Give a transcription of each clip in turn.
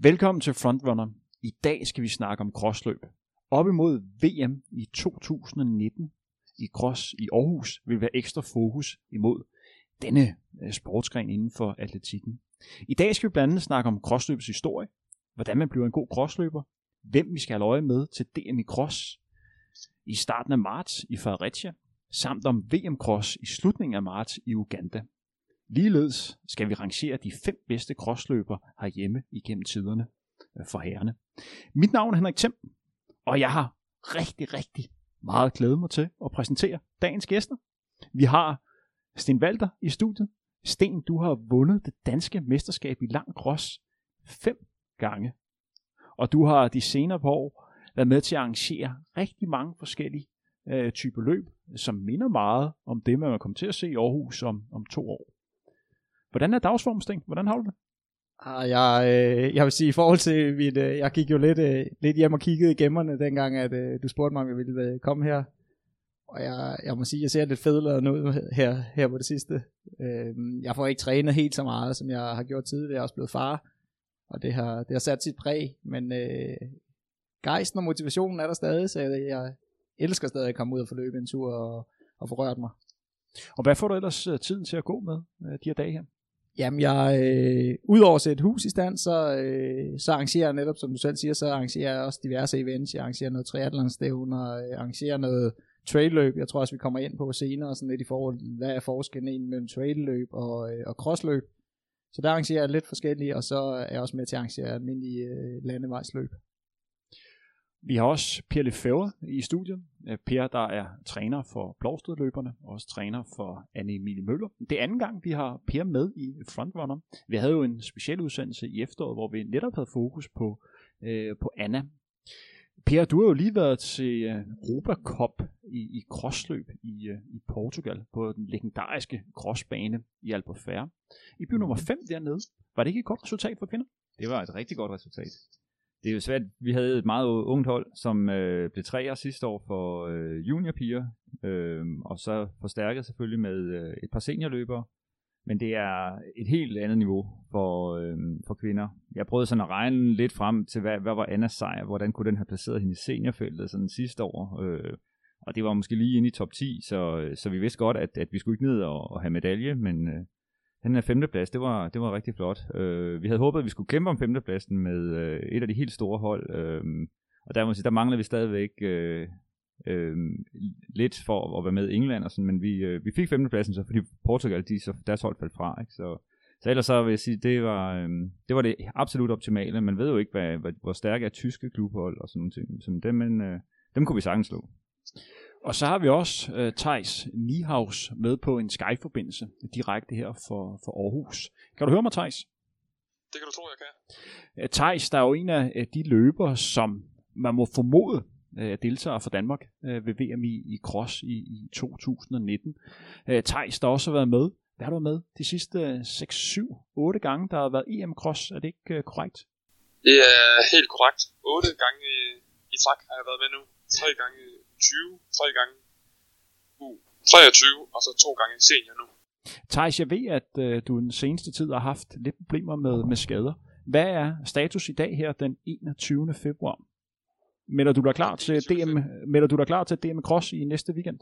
Velkommen til Frontrunner. I dag skal vi snakke om crossløb. Op imod VM i 2019 i cross i Aarhus vil være ekstra fokus imod denne sportsgren inden for atletikken. I dag skal vi blandt andet snakke om crossløbets historie, hvordan man bliver en god crossløber, hvem vi skal have øje med til DM i cross i starten af marts i Fredericia, samt om VM cross i slutningen af marts i Uganda. Ligeledes skal vi rangere de 5 bedste crossløbere herhjemme igennem tiderne for herrerne. Mit navn er Henrik Thiem, og jeg har rigtig meget glædet mig til at præsentere dagens gæster. Vi har Sten Walter i studiet. Sten, du har vundet det danske mesterskab i lang cross 5 gange, og du har de senere par år været med til at arrangere rigtig mange forskellige typer løb, som minder meget om det, man kommer til at se i Aarhus om 2 år. Hvordan er dagsformen, Sten? Hvordan har du det? Jeg vil sige, i forhold til jeg gik jo lidt hjem og kiggede i gemmerne, dengang at du spurgte mig, om jeg ville komme her. Og jeg må sige, jeg ser lidt federe ud her på det sidste. Jeg får ikke trænet helt så meget, som jeg har gjort tidligere. Jeg er også blevet far, og det har sat sit præg. Men gejsten og motivationen er der stadig, så jeg elsker stadig at komme ud og få løbet en tur og få rørt mig. Og hvad får du ellers tiden til at gå med de her dage her? Jamen, udover at sætte hus i stand, så arrangerer jeg netop, som du selv siger, så arrangerer jeg også diverse events. Jeg arrangerer noget triathlonstævner, jeg arrangerer noget trailløb. Jeg tror også, vi kommer ind på senere, sådan lidt i forhold til, hvad er forskellen mellem trailløb og crossløb. Så der arrangerer jeg lidt forskellige, og så er jeg også med til at arrangere almindelige landevejsløb. Vi har også Per Lefebvre i studiet. Per, der er træner for Blovstrød-løberne, og også træner for Anne-Emilie Møller. Det er anden gang, vi har Per med i Frontrunner. Vi havde jo en speciel udsendelse i efteråret, hvor vi netop havde fokus på Anna. Per, du har jo lige været til Europa Cup i crossløb i Portugal, på den legendariske crossbane i Albufeira. I blev nummer 5 dernede. Var det ikke et godt resultat for kvinder? Det var et rigtig godt resultat. Det er jo svært. Vi havde et meget ungt hold, som blev 3'er sidste år for juniorpiger, og så forstærket selvfølgelig med et par seniorløbere. Men det er et helt andet niveau for kvinder. Jeg prøvede sådan at regne lidt frem til, hvad var Annas sejr, hvordan kunne den have placeret hende i seniorfeltet sådan sidste år. Og det var måske lige inde i top 10, så vi vidste godt, at vi skulle ikke ned og have medalje, men den her 5. plads, det var rigtig flot. Vi havde håbet, at vi skulle kæmpe om 5. pladsen med et af de helt store hold. Og der mangler vi stadigvæk lidt for at være med i England og sådan, men vi fik 5. pladsen så, fordi Portugal, deres hold faldt fra, ikke? Så ellers så vil jeg sige, det var det absolut optimale. Man ved jo ikke, hvor stærke er tyske klubhold og sådan nogle ting. Så dem kunne vi sagtens slå. Og så har vi også Theis Niehaus med på en Skype-forbindelse direkte her for Aarhus. Kan du høre mig, Theis? Det kan du tro, jeg kan. Theis, der er jo en af de løbere, som man må formode deltager for Danmark ved VM i cross i 2019. Theis, der også har været med. Hvad har du med de sidste 6, 7, 8 gange, der har været EM-cross? Er det ikke korrekt? Det er helt korrekt. 8 gange i træk har jeg været med nu. 3 gange 20, 3 gange 23, og så 2 gange senior nu. Theis, jeg ved, at du den seneste tid har haft lidt problemer med skader. Hvad er status i dag her den 21. februar? Melder du dig klar til DM Cross i næste weekend?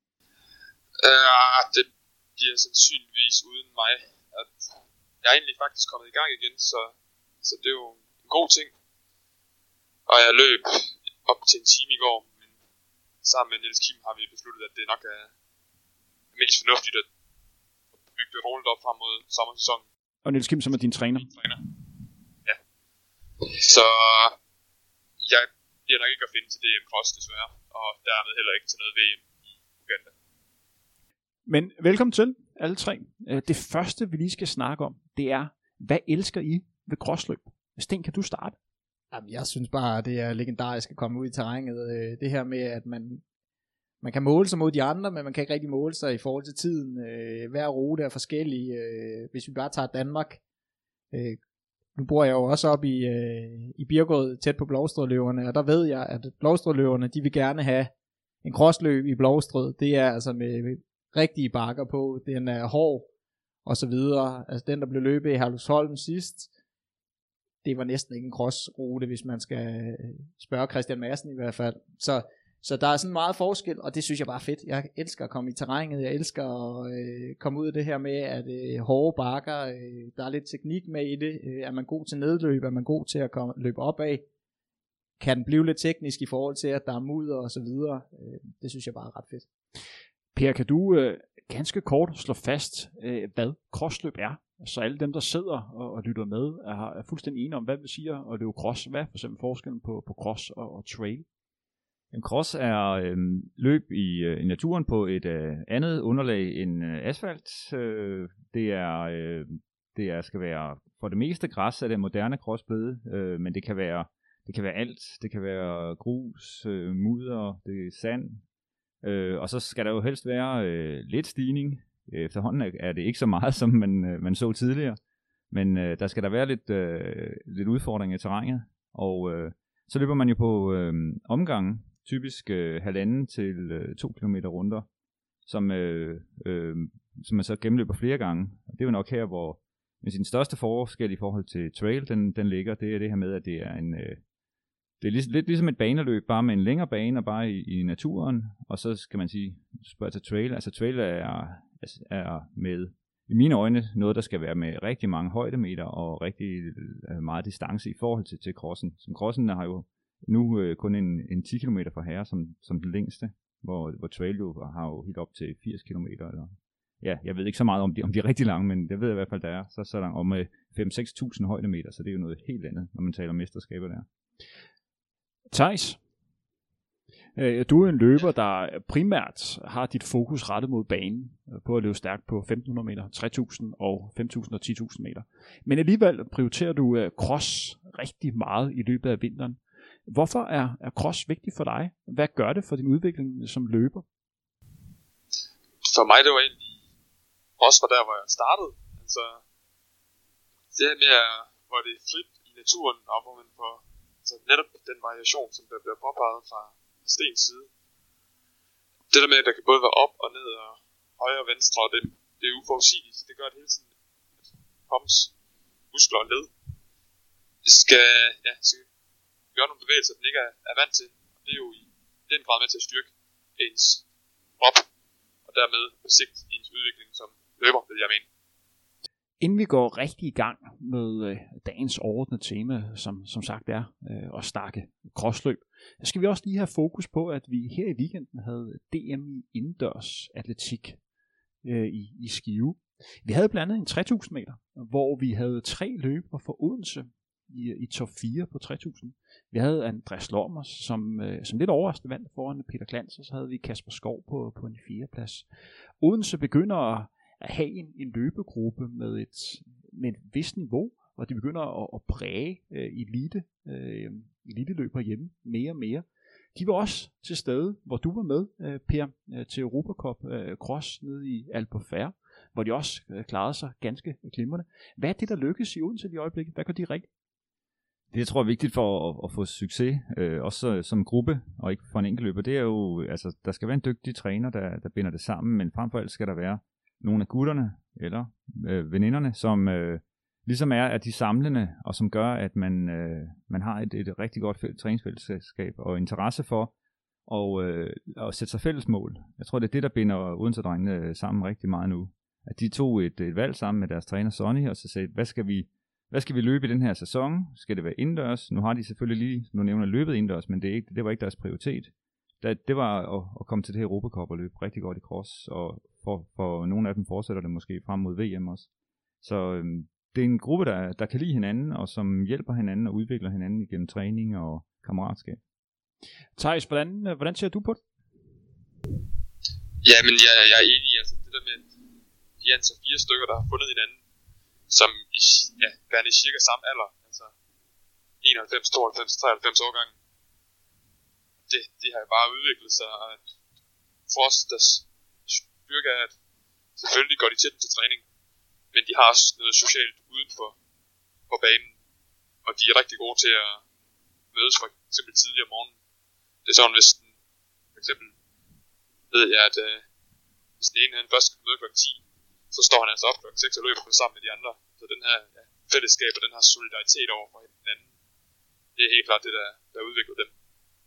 Det bliver sandsynligvis uden mig. Jeg er egentlig faktisk kommet i gang igen, så det er jo en god ting. Og jeg løb op til en time i går, men sammen med Niels Kim har vi besluttet, at det nok er mest fornuftigt at bygge det roligt op frem mod sommersæsonen. Og Niels Kim, som er din træner? Ja. Så jeg bliver nok ikke at finde til DM Cross desværre, og dermed heller ikke til noget VM i Uganda. Men velkommen til alle 3. Det første, vi lige skal snakke om, det er, hvad elsker I ved crossløb? Sten, kan du starte? Jamen, jeg synes bare, det er legendarisk at komme ud i terrænet. Det her med, at man kan måle sig mod de andre, men man kan ikke rigtig måle sig i forhold til tiden. Hver rute er forskellig. Hvis vi bare tager Danmark, nu bor jeg jo også op i Birkerød, tæt på Blovstrød-løberne, og der ved jeg, at Blovstrød-løberne, de vil gerne have en crossløb i Blovstrød. Det er altså med rigtige bakker på, den er hård, og så videre. Altså den, der blev løbet i Herlufsholm sidst, det var næsten ikke en crossrute, hvis man skal spørge Christian Madsen i hvert fald. Så der er sådan meget forskel, og det synes jeg bare er fedt. Jeg elsker at komme i terrænet, jeg elsker at komme ud af det her med, at hårde bakker, der er lidt teknik med i det. Er man god til nedløb, er man god til at løbe opad, kan den blive lidt teknisk i forhold til, at der er mudder og så videre. Det synes jeg bare er ret fedt. Per, kan du ganske kort slå fast, hvad crossløb er? Så alle dem, der sidder og lytter med, er fuldstændig enige om, hvad vi siger at løbe cross. Hvad er for eksempel forskellen på cross og trail? En cross er løb i naturen på et andet underlag end asfalt. Det skal være for det meste græs af det moderne cross blevet, men det kan være alt. Det kan være grus, mudder, det er sand. Og så skal der jo helst være lidt stigning. Efterhånden er det ikke så meget, som man så tidligere. Men der skal der være lidt udfordring i terrænet. Og så løber man jo på omgangen. Typisk 1,5 til 2 kilometer runder, som man så gennemløber flere gange. Og det er jo nok her, hvor sin største forskel i forhold til trail, den ligger, det er det her med, at det er det er lidt ligesom et baneløb, bare med en længere bane og bare i naturen. Og så skal man sige, spørge til trail. Altså trail er med, i mine øjne, noget, der skal være med rigtig mange højdemeter og rigtig meget distance i forhold til crossen. Som crossen har jo nu kun en 10 km for herre som den længste, hvor trail jo har jo helt op til 80 km. Eller, ja, jeg ved ikke så meget om de er rigtig lange, men det ved jeg i hvert fald, der er så langt om 5-6.000 højdemeter, så det er jo noget helt andet, når man taler om mesterskaber der. Theis, du er en løber, der primært har dit fokus rettet mod banen, på at løbe stærkt på 1.500 meter, 3.000 og 5.000 og 10.000 meter. Men alligevel prioriterer du cross rigtig meget i løbet af vinteren. Hvorfor er cross vigtig for dig? Hvad gør det for din udvikling som løber? For mig det var egentlig også var der, hvor jeg startede. Altså det her med, hvor det er frit i naturen, og hvor man får altså netop den variation, som der bliver påpeget fra Stens side. Det der med, at der kan både være op og ned og højre og venstre, og det er uforudsigeligt. Det gør det hele tiden, at kroppens muskler og led skal gøre nogle bevægelser, den ikke er vant til. Og det er jo i den grad med til at styrke ens krop, og dermed på sigt ens udvikling som løber, vil jeg mene. Inden vi går rigtig i gang med dagens overordnede tema, som sagt er at snakke crossløb, så skal vi også lige have fokus på, at vi her i weekenden havde DM i indendørs atletik i Skive. Vi havde blandt andet en 3.000 meter, hvor vi havde 3 løbere fra Odense i top 4 på 3.000. Vi havde Andreas Lormers, som lidt overraskende vandt foran Peter Klans, og så havde vi Kasper Skov på en 4. plads. Odense begynder at have en løbegruppe med et vist niveau, hvor de begynder at præge eliteløber hjemme mere og mere. De var også til stede, hvor du var med, Per, til Europa Cup Cross nede i Alpefærre, hvor de også klarede sig ganske glimrende. Hvad er det, der lykkes i Odense i øjeblikket? Hvad gør de rigtigt? Det, jeg tror er vigtigt for at få succes, også som gruppe og ikke for en enkelt løber, det er jo, altså, der skal være en dygtig træner, der binder det sammen, men frem for alt skal der være nogle af gutterne eller veninderne, som ligesom er de samlende, og som gør, at man har et rigtig godt træningsfællesskab og interesse for at sætte sig fælles mål. Jeg tror, det er det, der binder Odense-drengene sammen rigtig meget nu. At de tog et valg sammen med deres træner Sonny, og så sagde, hvad skal vi løbe i den her sæson? Skal det være indendørs? Nu har de selvfølgelig lige, nu nævner løbet indendørs, men det var ikke deres prioritet. Det var at komme til det her Europa Cup og løbe rigtig godt i cross, og for nogle af dem fortsætter det måske frem mod VM også. Så det er en gruppe, der kan lide hinanden, og som hjælper hinanden og udvikler hinanden igennem træning og kammeratskab. Theis, hvordan ser du på det? Ja, men jeg er enig. Altså det der med, de er altså 4 stykker, der har fundet hinanden, som gerne i cirka samme alder, altså 91, 92, 93 årgange. Det har jo bare udviklet sig, og for os, der styrke er, at selvfølgelig går de til træning, men de har også noget socialt uden for banen, og de er rigtig gode til at mødes for eksempel tidligere om morgenen. Det er sådan, hvis for eksempel ved jeg, at hvis den ene han først skal møde kl. 10, så står han altså op kl. 6 og løber sammen med de andre. Så den her fællesskab og den her solidaritet over for hinanden. Det er helt klart det, der udvikler dem.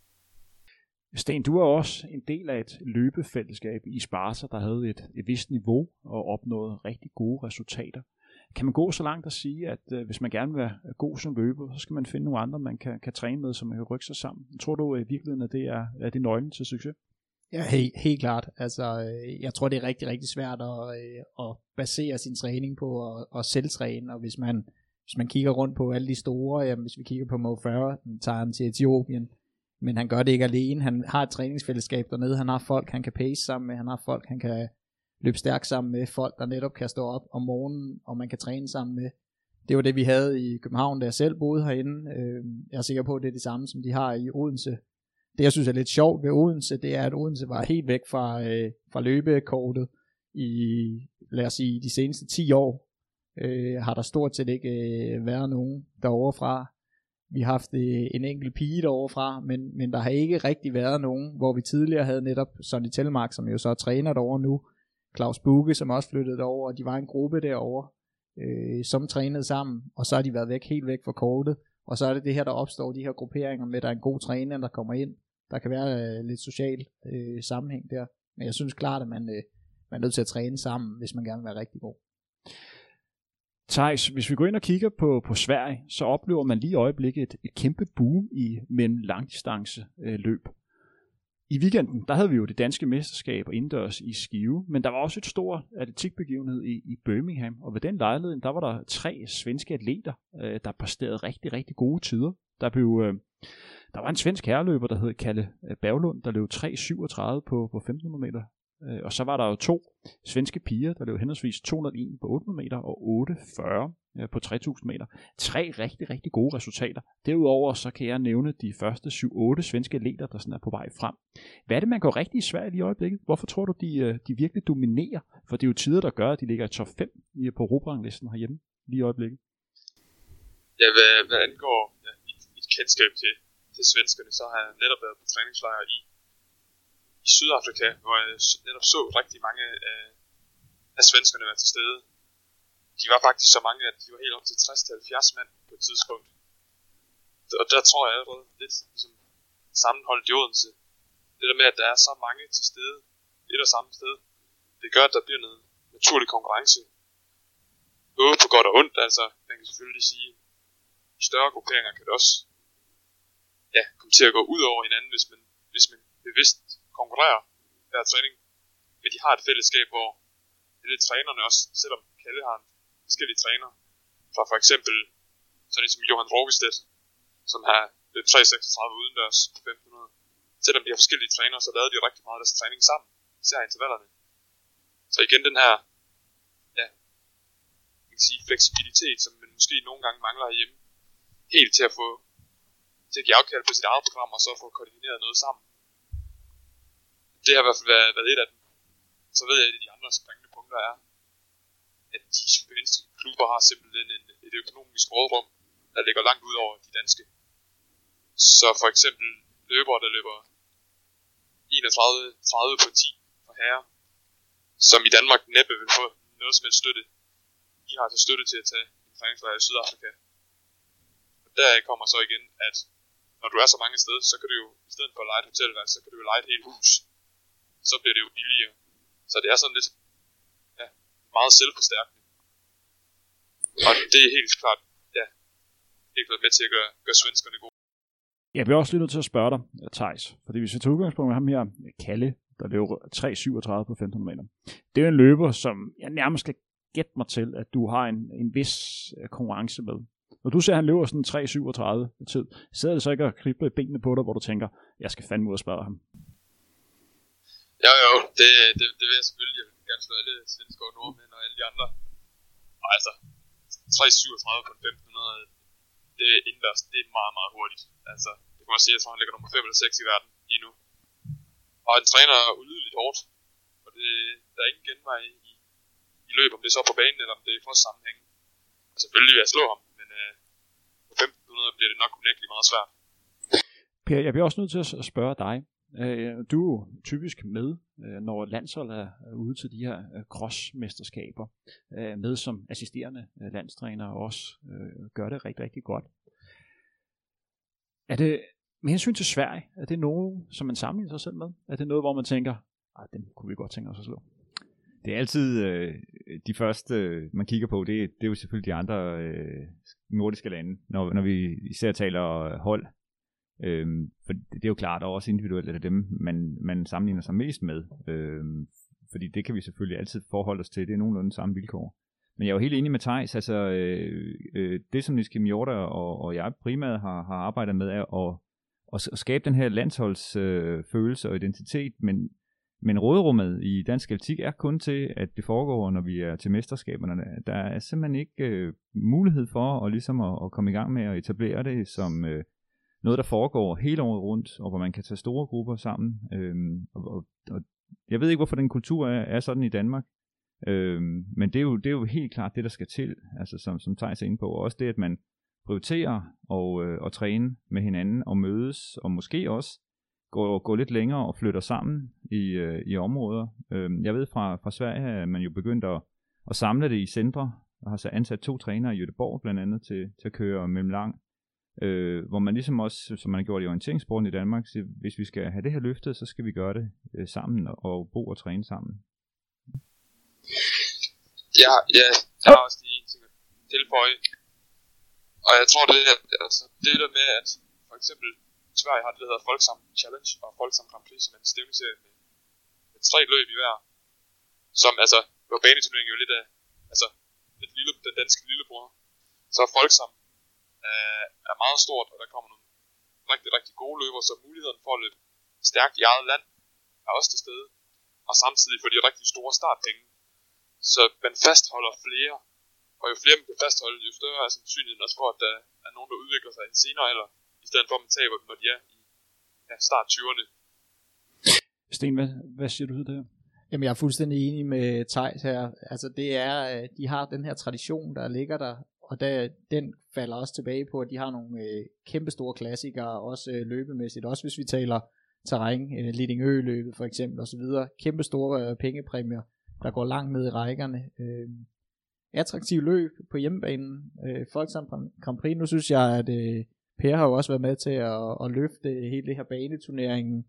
Sten, du er også en del af et løbefællesskab i Sparta, der havde et vist niveau og opnåede rigtig gode resultater. Kan man gå så langt at sige, at hvis man gerne vil være god som løber, så skal man finde nogle andre, man kan træne med, som man kan rykke sig sammen? Tror du i virkeligheden, at det er det nøglen til succes? Ja, helt klart. Altså, jeg tror, det er rigtig, rigtig svært at basere sin træning på at selvtræne, og hvis man kigger rundt på alle de store, jamen, hvis vi kigger på Mo Farah, den tager han til Etiopien, men han gør det ikke alene. Han har et træningsfællesskab dernede, han har folk, han kan pace sammen med, han har folk, han kan løbe stærkt sammen med, folk, der netop kan stå op om morgenen, og man kan træne sammen med. Det var det, vi havde i København, da jeg selv boede herinde. Jeg er sikker på, at det er det samme, som de har i Odense. Det, jeg synes er lidt sjovt ved Odense, det er, at Odense var helt væk fra løbekortet i, lad os sige, de seneste 10 år. Har der stort set ikke været nogen derovre fra. Vi har haft en enkelt pige derovre fra, men der har ikke rigtig været nogen, hvor vi tidligere havde netop Sonny Telmark, som jo så er træner derovre nu, Claus Bugge, som også flyttede derover, og de var en gruppe derovre, som trænede sammen, og så har de været helt væk fra kortet, og så er det her, der opstår de her grupperinger med, at der er en god træner, der kommer ind. Der kan være lidt social sammenhæng der, men jeg synes klart, at man er nødt til at træne sammen, hvis man gerne vil være rigtig god. Theis, hvis vi går ind og kigger på Sverige, så oplever man lige i øjeblikket et kæmpe boom mellem langdistance løb. I weekenden, der havde vi jo det danske mesterskab indendørs i Skive, men der var også et stort atletikbegivenhed i Birmingham, og ved den lejlighed, der var der 3 svenske atleter, der præsterede rigtig, rigtig gode tider. Der var en svensk herreløber, der hed Kalle Berglund, der løb 3.37 på 1500 meter. Og så var der jo 2 svenske piger, der løb henholdsvis 201 på 800 meter og 8.40 på 3000 meter. 3 rigtig, rigtig gode resultater. Derudover så kan jeg nævne de første 7-8 svenske atleter, der sådan er på vej frem. Hvad er det, man går rigtig i Sverige lige i øjeblikket? Hvorfor tror du, de virkelig dominerer? For det er jo tider, der gør, at de ligger i top 5 på Robranglisten herhjemme lige i øjeblikket. Ja, hvad angår mit kendskab til svenskerne, så har jeg netop været på træningslejr i Sydafrika, hvor jeg netop så rigtig mange af svenskerne være til stede. De var faktisk så mange, at de var helt op til 60-70 mand på et tidspunkt. Og der tror jeg allerede lidt ligesom sammenholdt i Odense. Det der med, at der er så mange til stede, et og samme sted, det gør, at der bliver noget naturlig konkurrence. Både på godt og ondt, altså man kan selvfølgelig sige, i større grupperinger kan det også komme til at gå ud over hinanden, hvis man bevidst konkurrerer hver træning. Men de har et fællesskab, hvor alle trænerne også, selvom Kalle har en forskellige træner, fra for eksempel sådan en som Johan Rogestedt, som har løbet 3.36 udendørs på 1500. Selvom de har forskellige trænere, så lavede de rigtig meget af deres træning sammen, især intervallerne. Så igen den her, man kan sige, fleksibilitet, som man måske nogle gange mangler herhjemme, helt til at give afkald på sit eget program, og så få koordineret noget sammen. Det har i hvert fald været et af dem. Så ved jeg, at de andre springende punkter er, at de svenske klubber har simpelthen et økonomisk rådrum, der ligger langt ud over de danske. Så for eksempel løbere, der løber 31-30 på 10 for herrer, som i Danmark næppe vil få noget som helst støtte. De har altså støtte til at tage en træningslejr i Sydafrika. Og der kommer så igen, at når du er så mange steder, så kan du jo, i stedet for at leje et hotelværelse, så kan du jo leje et helt hus. Så bliver det jo billigere. Så det er sådan lidt, meget selvforstærkende. Og det er helt klart, med til at gøre svenskerne gode. Jeg bliver også lige nødt til at spørge dig, Theis, fordi hvis vi tager udgangspunkt med ham her, Kalle, der løber 3.37 på 1500 meter. Det er jo en løber, som jeg nærmest skal gætte mig til, at du har en vis konkurrence med. Når du ser, at han løber sådan 3.37 tid, sidder det så ikke og kribler i benene på dig, hvor du tænker, jeg skal fandme ud og spørge ham? Jo, det vil jeg selvfølgelig. Jeg vil gerne slå alle svensker og nordmænd og alle de andre. Og altså, 3.37 på 1500, det er indendørs, det er meget, meget hurtigt. Altså, det kan man sige, jeg tror, han ligger nummer 5 eller 6 i verden lige nu. Og han træner ulydeligt hårdt. Og der er ingen genvej i løb, om det er så på banen, eller om det er for sammenhæng. Og selvfølgelig vil jeg slå ham, men på 1500 bliver det nok unægteligt meget svært. Per, jeg bliver også nødt til at spørge dig. Du er jo typisk med, når landshold er ude til de her crossmesterskaber, med som assisterende landstræner og også gør det rigtig, rigtig godt. Er det med hensyn til Sverige, er det noget, som man sammenligner sig selv med? Er det noget, hvor man tænker, den kunne vi godt tænke os at slå? Det er altid de første, man kigger på, det er jo selvfølgelig de andre nordiske lande, når vi især taler hold. For det er jo klart, og også individuelt er det dem, man sammenligner sig mest med. Fordi det kan vi selvfølgelig altid forholde os til, det er nogenlunde samme vilkår. Men jeg er jo helt enig med Theis, altså det som Niski Mjorda og jeg primært har arbejdet med, er at skabe den her landsholdsfølelse og identitet, men råderummet i dansk atletik er kun til, at det foregår, når vi er til mesterskaberne. Der er simpelthen ikke mulighed for at komme i gang med at etablere det som noget, der foregår hele året rundt, og hvor man kan tage store grupper sammen. Og jeg ved ikke, hvorfor den kultur er sådan i Danmark, men det er jo helt klart det, der skal til, altså som Theis er inde på. Og også det, at man prioriterer og træne med hinanden og mødes, og måske også går lidt længere og flytter sammen i områder. Jeg ved fra Sverige, at man jo begyndt at samle det i centre, og har så ansat 2 trænere i Göteborg blandt andet til at køre mellemlang, hvor man ligesom også, som man har gjort i orienteringssporten i Danmark, siger, hvis vi skal have det her løftet, så skal vi gøre det sammen og bo og træne sammen. Ja, jeg har også lige en ting at tilføje. Og jeg tror, det der med, at for eksempel Sverige har det, der hedder Folksam Challenge og Folksam Grand Prix, som er en stævneserie med 3 løb i hver. Som hvor baneturneringen jo lidt af, den danske lillebror. Så Folksam er meget stort, og der kommer nogle rigtig, rigtig gode løber, så muligheden for at løbe stærkt i eget land er også til stede. Og samtidig får de rigtig store startpenge. Så man fastholder flere, og jo flere man kan fastholde, jo større er sandsynligheden også for, at der er nogen, der udvikler sig i en senere alder, i stedet for at man taber dem, når de er i start 20'erne. Sten, hvad siger du til det her? Jamen, jeg er fuldstændig enig med Theis her. Altså, det er, de har den her tradition, der ligger der, og den falder også tilbage på, at de har nogle kæmpestore klassikere, også løbemæssigt, også hvis vi taler terræn, Lidingø-løbet for eksempel, og så videre. Kæmpestore pengepræmier, der går langt ned i rækkerne. Attraktiv løb på hjemmebanen, Folksam Grand Prix. Nu synes jeg, at Per har jo også været med til at løfte hele det her baneturneringen,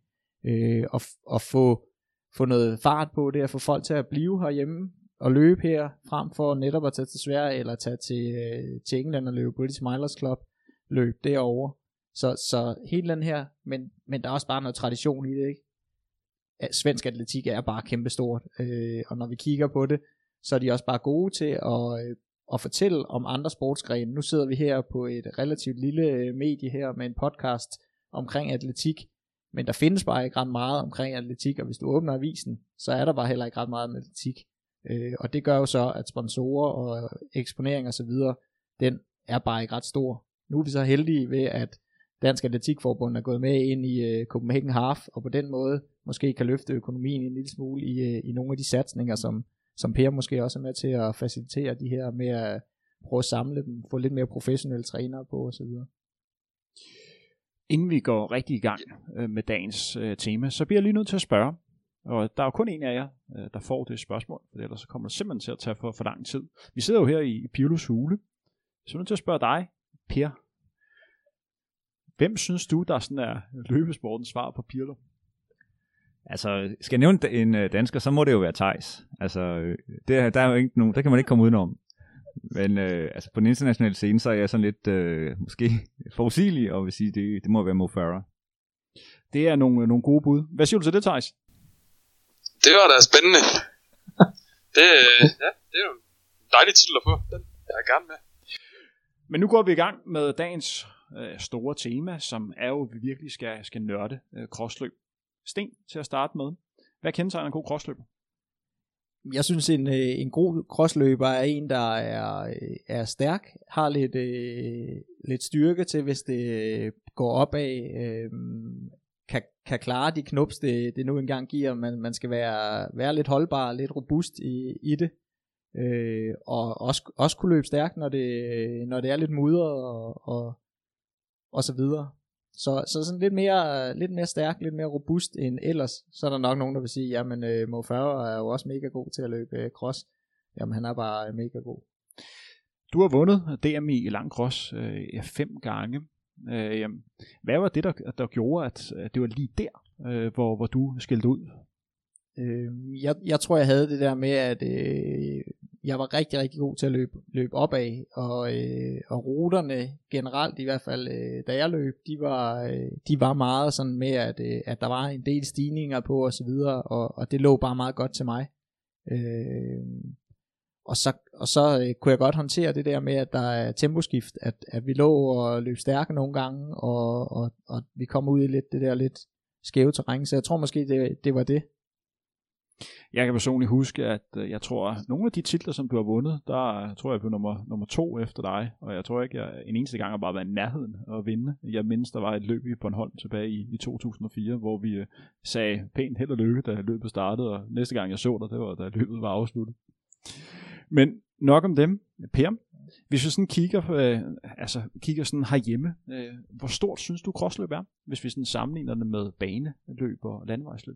og få noget fart på det, at få folk til at blive herhjemme og løbe her, frem for netop at tage til Sverige, eller tage til England og løbe British Milers Club løb derovre. Så hele den her, men der er også bare noget tradition i det, ikke? Svensk atletik er bare kæmpestort, og når vi kigger på det, så er de også bare gode til at fortælle om andre sportsgrene. Nu sidder vi her på et relativt lille medie her med en podcast omkring atletik, men der findes bare ikke ret meget omkring atletik, og hvis du åbner avisen, så er der bare heller ikke ret meget om atletik. Og det gør jo så, at sponsorer og eksponering og så videre, den er bare ikke ret stor. Nu er vi så heldige ved, at Dansk Atletikforbund er gået med ind i Copenhagen Half, og på den måde måske kan løfte økonomien en lille smule i nogle af de satsninger, som Per måske også er med til at facilitere de her med at prøve at samle dem, få lidt mere professionelle trænere på osv. Inden vi går rigtig i gang med dagens tema, så bliver jeg lige nødt til at spørge, og der er jo kun en af jer, der får det spørgsmål, for ellers så kommer det simpelthen til at tage for lang tid. Vi sidder jo her i Pirlos hule, så er jeg nødt til at spørge dig, Per. Hvem synes du, der sådan er løbesportens svar på Pirlo? Altså, skal jeg nævne en dansker, så må det jo være Theis. Altså, der er jo ikke nogen, der kan man ikke komme udenom. Men altså på den internationale scene, så er jeg sådan lidt måske forudsigelig, og vil sige, det må være Mo Farah. Det er nogle gode bud. Hvad siger du til det, Theis? Det var da spændende. Det er jo en dejlig titel at få. Den er jeg gerne med. Men nu går vi i gang med dagens store tema, som er jo, at vi virkelig skal nørde crossløb. Sten, til at starte med. Hvad kendetegner en god crossløber? Jeg synes, en god crossløber er en, der er stærk, har lidt styrke til, hvis det går opad, kan klare de knups, det nu engang giver. Man skal være lidt holdbar, lidt robust i det, og også kunne løbe stærkt, når det er lidt mudret og så videre. Så sådan lidt mere stærk, lidt mere robust end ellers. Så er der nok nogen, der vil sige, jamen Mo Farah er jo også mega god til at løbe cross. Jamen han er bare mega god. Du har vundet DM i lang cross 5 gange. Hvad var det, der gjorde, at det var lige der, hvor du skilte ud? Jeg tror, jeg havde det der med, at jeg var rigtig, rigtig god til at løbe opad, og ruterne generelt, i hvert fald da jeg løb, de var meget sådan med, at der var en del stigninger på og så videre, og det lå bare meget godt til mig. Og så kunne jeg godt håndtere det der med, at der er temposkift, at vi lå og løb stærke nogle gange, og vi kom ud i det der lidt skæve terræn, så jeg tror måske, det var det. Jeg kan personligt huske, at jeg tror, at nogle af de titler, som du har vundet, der tror jeg blev nummer 2 efter dig, og jeg tror ikke, jeg en eneste gang har bare været i nærheden at vinde. Jeg mindes, der var et løb i Bornholm tilbage i 2004, hvor vi sagde pænt held og lykke, da løbet startede, og næste gang jeg så dig, det var da løbet var afsluttet. Men nok om dem. Per, hvis vi sådan kigger sådan herhjemme, hvor stort synes du crossløb er, hvis vi sådan sammenligner det med baneløb og landevejsløb?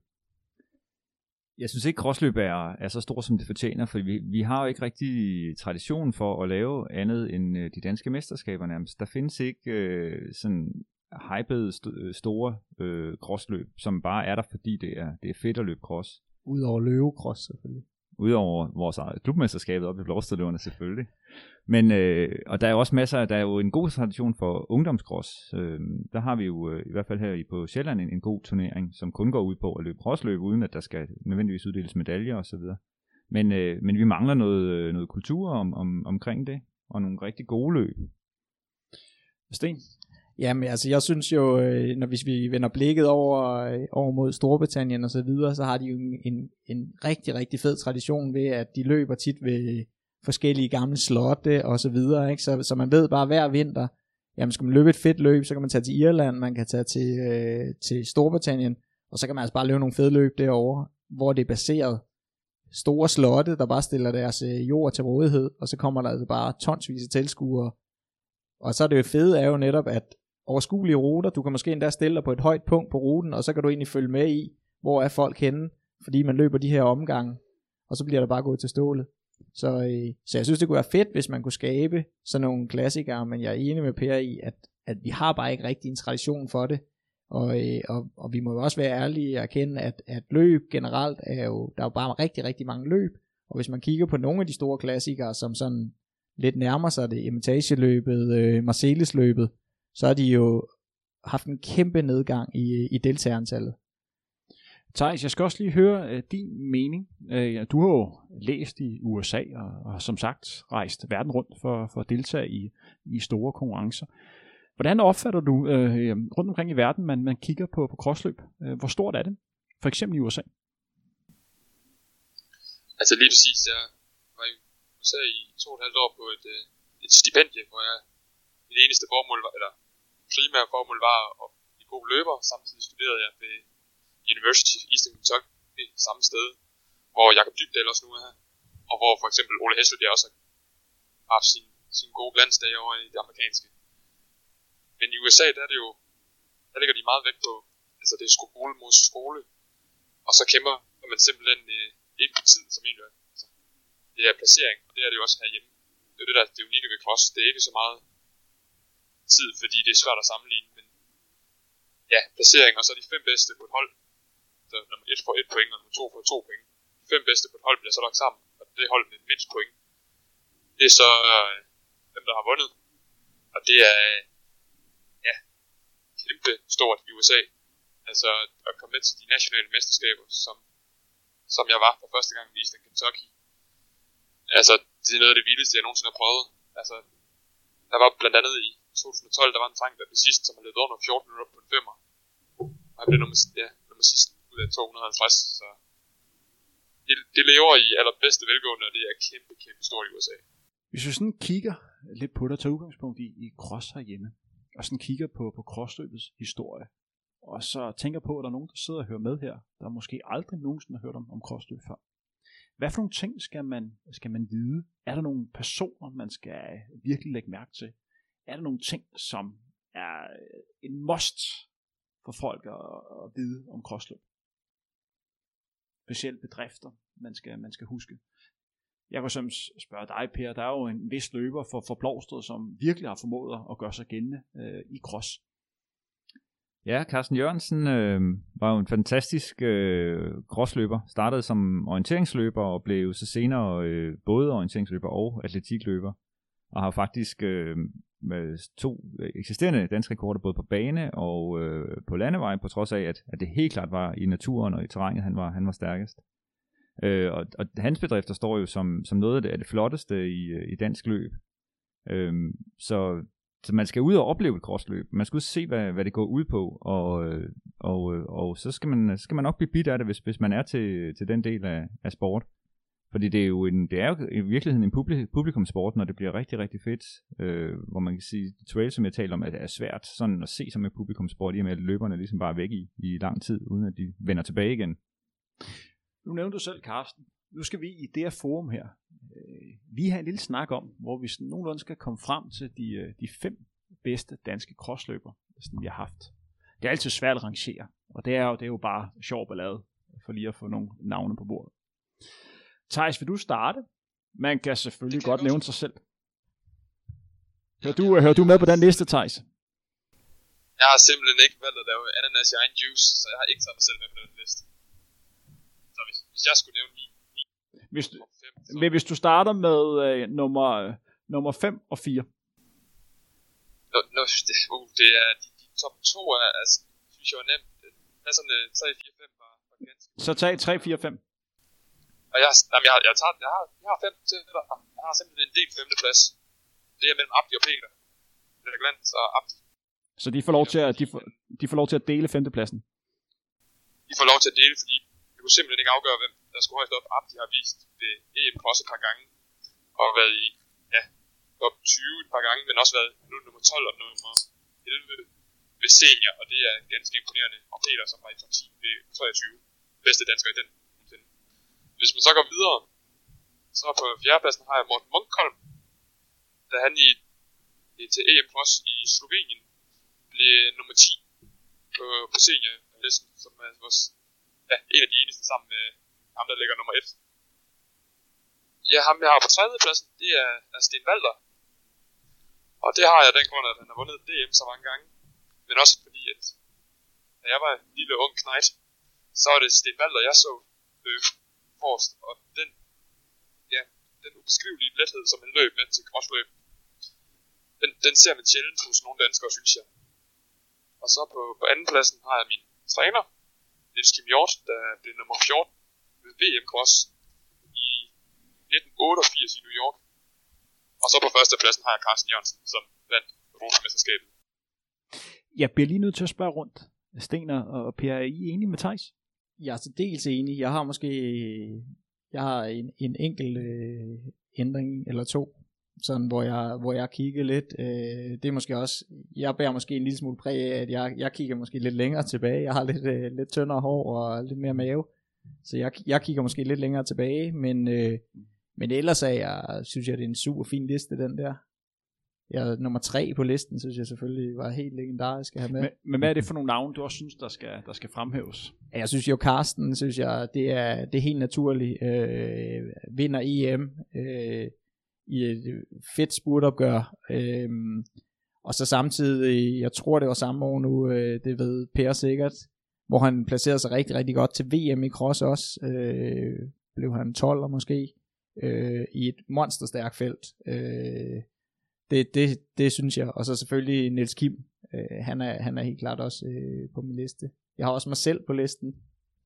Jeg synes ikke, crossløb er så stor, som det fortjener, for vi har jo ikke rigtig tradition for at lave andet end de danske mesterskaber nærmest. Der findes ikke sådan hypede store crossløb, som bare er der, fordi det er fedt at løbe cross. Udover løvecross selvfølgelig. Udover vores eget klubmesterskabet oppe i Blåstedløverne selvfølgelig. Men, og der er jo også masser, der er jo en god tradition for ungdomscross. Der har vi jo i hvert fald her på Sjælland en god turnering, som kun går ud på at løbe crossløb, uden at der skal nødvendigvis uddeles medaljer osv. Men vi mangler noget kultur omkring det, og nogle rigtig gode løb. Sten? Jamen altså, jeg synes jo, når vi vender blikket over mod Storbritannien og så videre, så har de jo en rigtig, rigtig fed tradition ved, at de løber tit ved forskellige gamle slotte og så videre, ikke? Så man ved bare hver vinter, jamen skal man løbe et fedt løb, så kan man tage til Irland, man kan tage til Storbritannien, og så kan man altså bare løbe nogle fede løb derovre, hvor det er baseret store slotte, der bare stiller deres jord til rådighed, og så kommer der altså bare tonsvis af tilskuere. Og så er det jo fede er jo netop, at overskuelige ruter, du kan måske endda stille dig på et højt punkt på ruten, og så kan du egentlig følge med i, hvor er folk henne, fordi man løber de her omgange, og så bliver der bare gået til stålet. Så jeg synes, det kunne være fedt, hvis man kunne skabe sådan nogle klassikere, men jeg er enig med Per i, at vi har bare ikke rigtig en tradition for det, og vi må jo også være ærlige og erkende, at løb generelt der er jo bare rigtig, rigtig mange løb, og hvis man kigger på nogle af de store klassikere, som sådan lidt nærmer sig det, Imitageløbet, Marseillesløbet, så har de jo haft en kæmpe nedgang i deltagerantallet. Theis, jeg skal også lige høre din mening. Du har jo læst i USA og som sagt rejst verden rundt for at deltage i store konkurrencer. Hvordan opfatter du rundt omkring i verden, man kigger på crossløb? Hvor stort er det? For eksempel i USA. Altså lige præcis, jeg var i USA i 2,5 år på et stipendie, hvor mit eneste formål var, eller primære formål var at blive god løber. Samtidig studerede jeg ved University of Eastern Kentucky, samme sted, hvor Jakob Dybdahl også nu er her, og hvor for eksempel Ole Hesselbjerg også har haft sin gode glansdage over i det amerikanske. Men i USA, der ligger de meget vægt på, altså det er skole mod skole, og så kæmper man simpelthen ikke på tid, som egentlig er. Altså, det er placering, og det er det jo også herhjemme. Det er det, der er det unikke ved cross. Det er ikke så meget tid, fordi det er svært at sammenligne, men ja, placering, og så er de 5 bedste på et hold. Så nummer 1 får 1 point, og nummer 2 får 2 point. De 5 bedste på et hold bliver så lagt sammen, og det hold med mindst point, det er så dem, der har vundet. Og det er kæmpe stort i USA. Altså at komme med til de nationale mesterskaber, som jeg var for første gang i Eastern Kentucky. Altså, det er noget af det vildeste, jeg nogensinde har prøvet. Altså, der var blandt andet i 2012, der var en dreng, der blev sidst, som har løbet under 14 minutter på en 5'er. Og han blev nummer sidst ud af 250, så det lever i allerbedste velgående, og det er kæmpe, kæmpe stort i USA. Hvis vi sådan kigger lidt på det, tager udgangspunkt i cross herhjemme, og sådan kigger på crossløbets historie, og så tænker på, at der er nogen, der sidder og hører med her, der måske aldrig nogensinde har hørt om crossløb før. Hvad for nogle ting skal man vide? Er der nogle personer, man skal virkelig lægge mærke til? Er der nogle ting, som er en must for folk at vide om crossløb. Specielt bedrifter, man skal huske. Jeg kan simpelthen spørge dig, Per, der er jo en vis løber for Blovstrød, som virkelig har formået at gøre sig gældende i cross. Ja, Carsten Jørgensen var jo en fantastisk crossløber. Startede som orienteringsløber og blev så senere både orienteringsløber og atletikløber. Og har faktisk med 2 eksisterende danske rekorder både på bane og på landevej, på trods af, at det helt klart var i naturen og i terrænet, han var stærkest. Og hans bedrifter står jo som noget af det flotteste i dansk løb. Så man skal ud og opleve et crossløb. Man skal ud og se, hvad det går ud på, og så skal man nok blive bidt af det, hvis man er til den del af sport. Fordi det er jo i virkeligheden en publikumsport, når det bliver rigtig, rigtig fedt. Hvor man kan sige, trail, som jeg taler om, at det er svært sådan at se som en publikumsport, i og med at løberne ligesom bare er væk i lang tid, uden at de vender tilbage igen. Nu nævnte du selv, Carsten. Nu skal vi i det her forum her lige have en lille snak om, hvor vi sådan nogenlunde skal komme frem til de 5 bedste danske crossløber, som vi har haft. Det er altid svært at rangere, og det er jo bare sjov ballade, for lige at få nogle navne på bordet. Theis, vil du starte? Man kan selvfølgelig godt nævne sig selv. Hører du med på den liste, Theis? Jeg har simpelthen ikke valgt at lave ananas i egen juice, så jeg har ikke taget mig selv med på den liste. Så hvis jeg skulle nævne hvis du starter med nummer 5 og 4. Det er de top 2 synes jeg var nemt. Passerne 3, 4, 5 var ganske. Så tag 3, 4, 5. Og jeg har 5 til dig. Jeg har simpelthen en del 5. plads. Det er mellem Abdi og Peter. Det er Glans og Abdi. Så de får lov til at dele 5. pladsen? De får lov til at dele, fordi vi kunne simpelthen ikke afgøre, hvem der skulle højst op. Abdi har vist ved EM Cross et par gange, og været i top 20 et par gange, men også været nu nummer 12 og nummer 11 ved senior, og det er ganske imponerende. Og Peter, som var i top 10 ved 23, bedste dansker i den. Hvis man så går videre, så på 4. pladsen har jeg Morten Munkholm, da han til EM Cross i Slovenien blev nummer 10 på seniorlisten, som er en af de eneste sammen med ham, der ligger nummer 1. Ja, ham jeg har på 3. pladsen, det er Sten Walter. Og det har jeg den grund, at han har vundet DM så mange gange. Men også fordi, at da jeg var en lille ung knejt, så var det Sten Walter, jeg så forrest. Og den ubeskrivelige lethed, som han løb med til crossløb, den ser man sjældent hos nogle danskere, synes jeg. Og så på 2. pladsen har jeg min træner, Niels Kim Hjort, der blev nummer 14 ved VM Cross i 1988 i New York. Og så på 1. pladsen har jeg Carsten Jørgensen, som vandt Europamesterskabet. Jeg bliver lige nødt til at spørge rundt. Stener og Per, er I enige med Theis? Jeg er til dels enig. Jeg har en enkelt ændring eller 2, sådan hvor jeg kigger lidt. Det er måske også, jeg bærer måske en lille smule præg af, at jeg kigger måske lidt længere tilbage. Jeg har lidt tyndere hår og lidt mere mave, så jeg kigger måske lidt længere tilbage, men ellers synes jeg, det er en super fin liste, den der. Nummer 3 på listen, synes jeg selvfølgelig var helt legendarisk at have med. Men hvad er det for nogle navne, du også synes, der skal fremhæves? Jeg synes jo, Carsten, synes jeg, det er helt naturligt. Vinder EM i et fedt spurtopgør. Og så samtidig, jeg tror det var samme år nu, det ved Per sikkert, hvor han placerede sig rigtig, rigtig godt til VM i cross også. Blev han 12'er måske, i et monsterstærkt felt. Det synes jeg. Og så selvfølgelig Niels Kim. Han er helt klart også på min liste. Jeg har også mig selv på listen.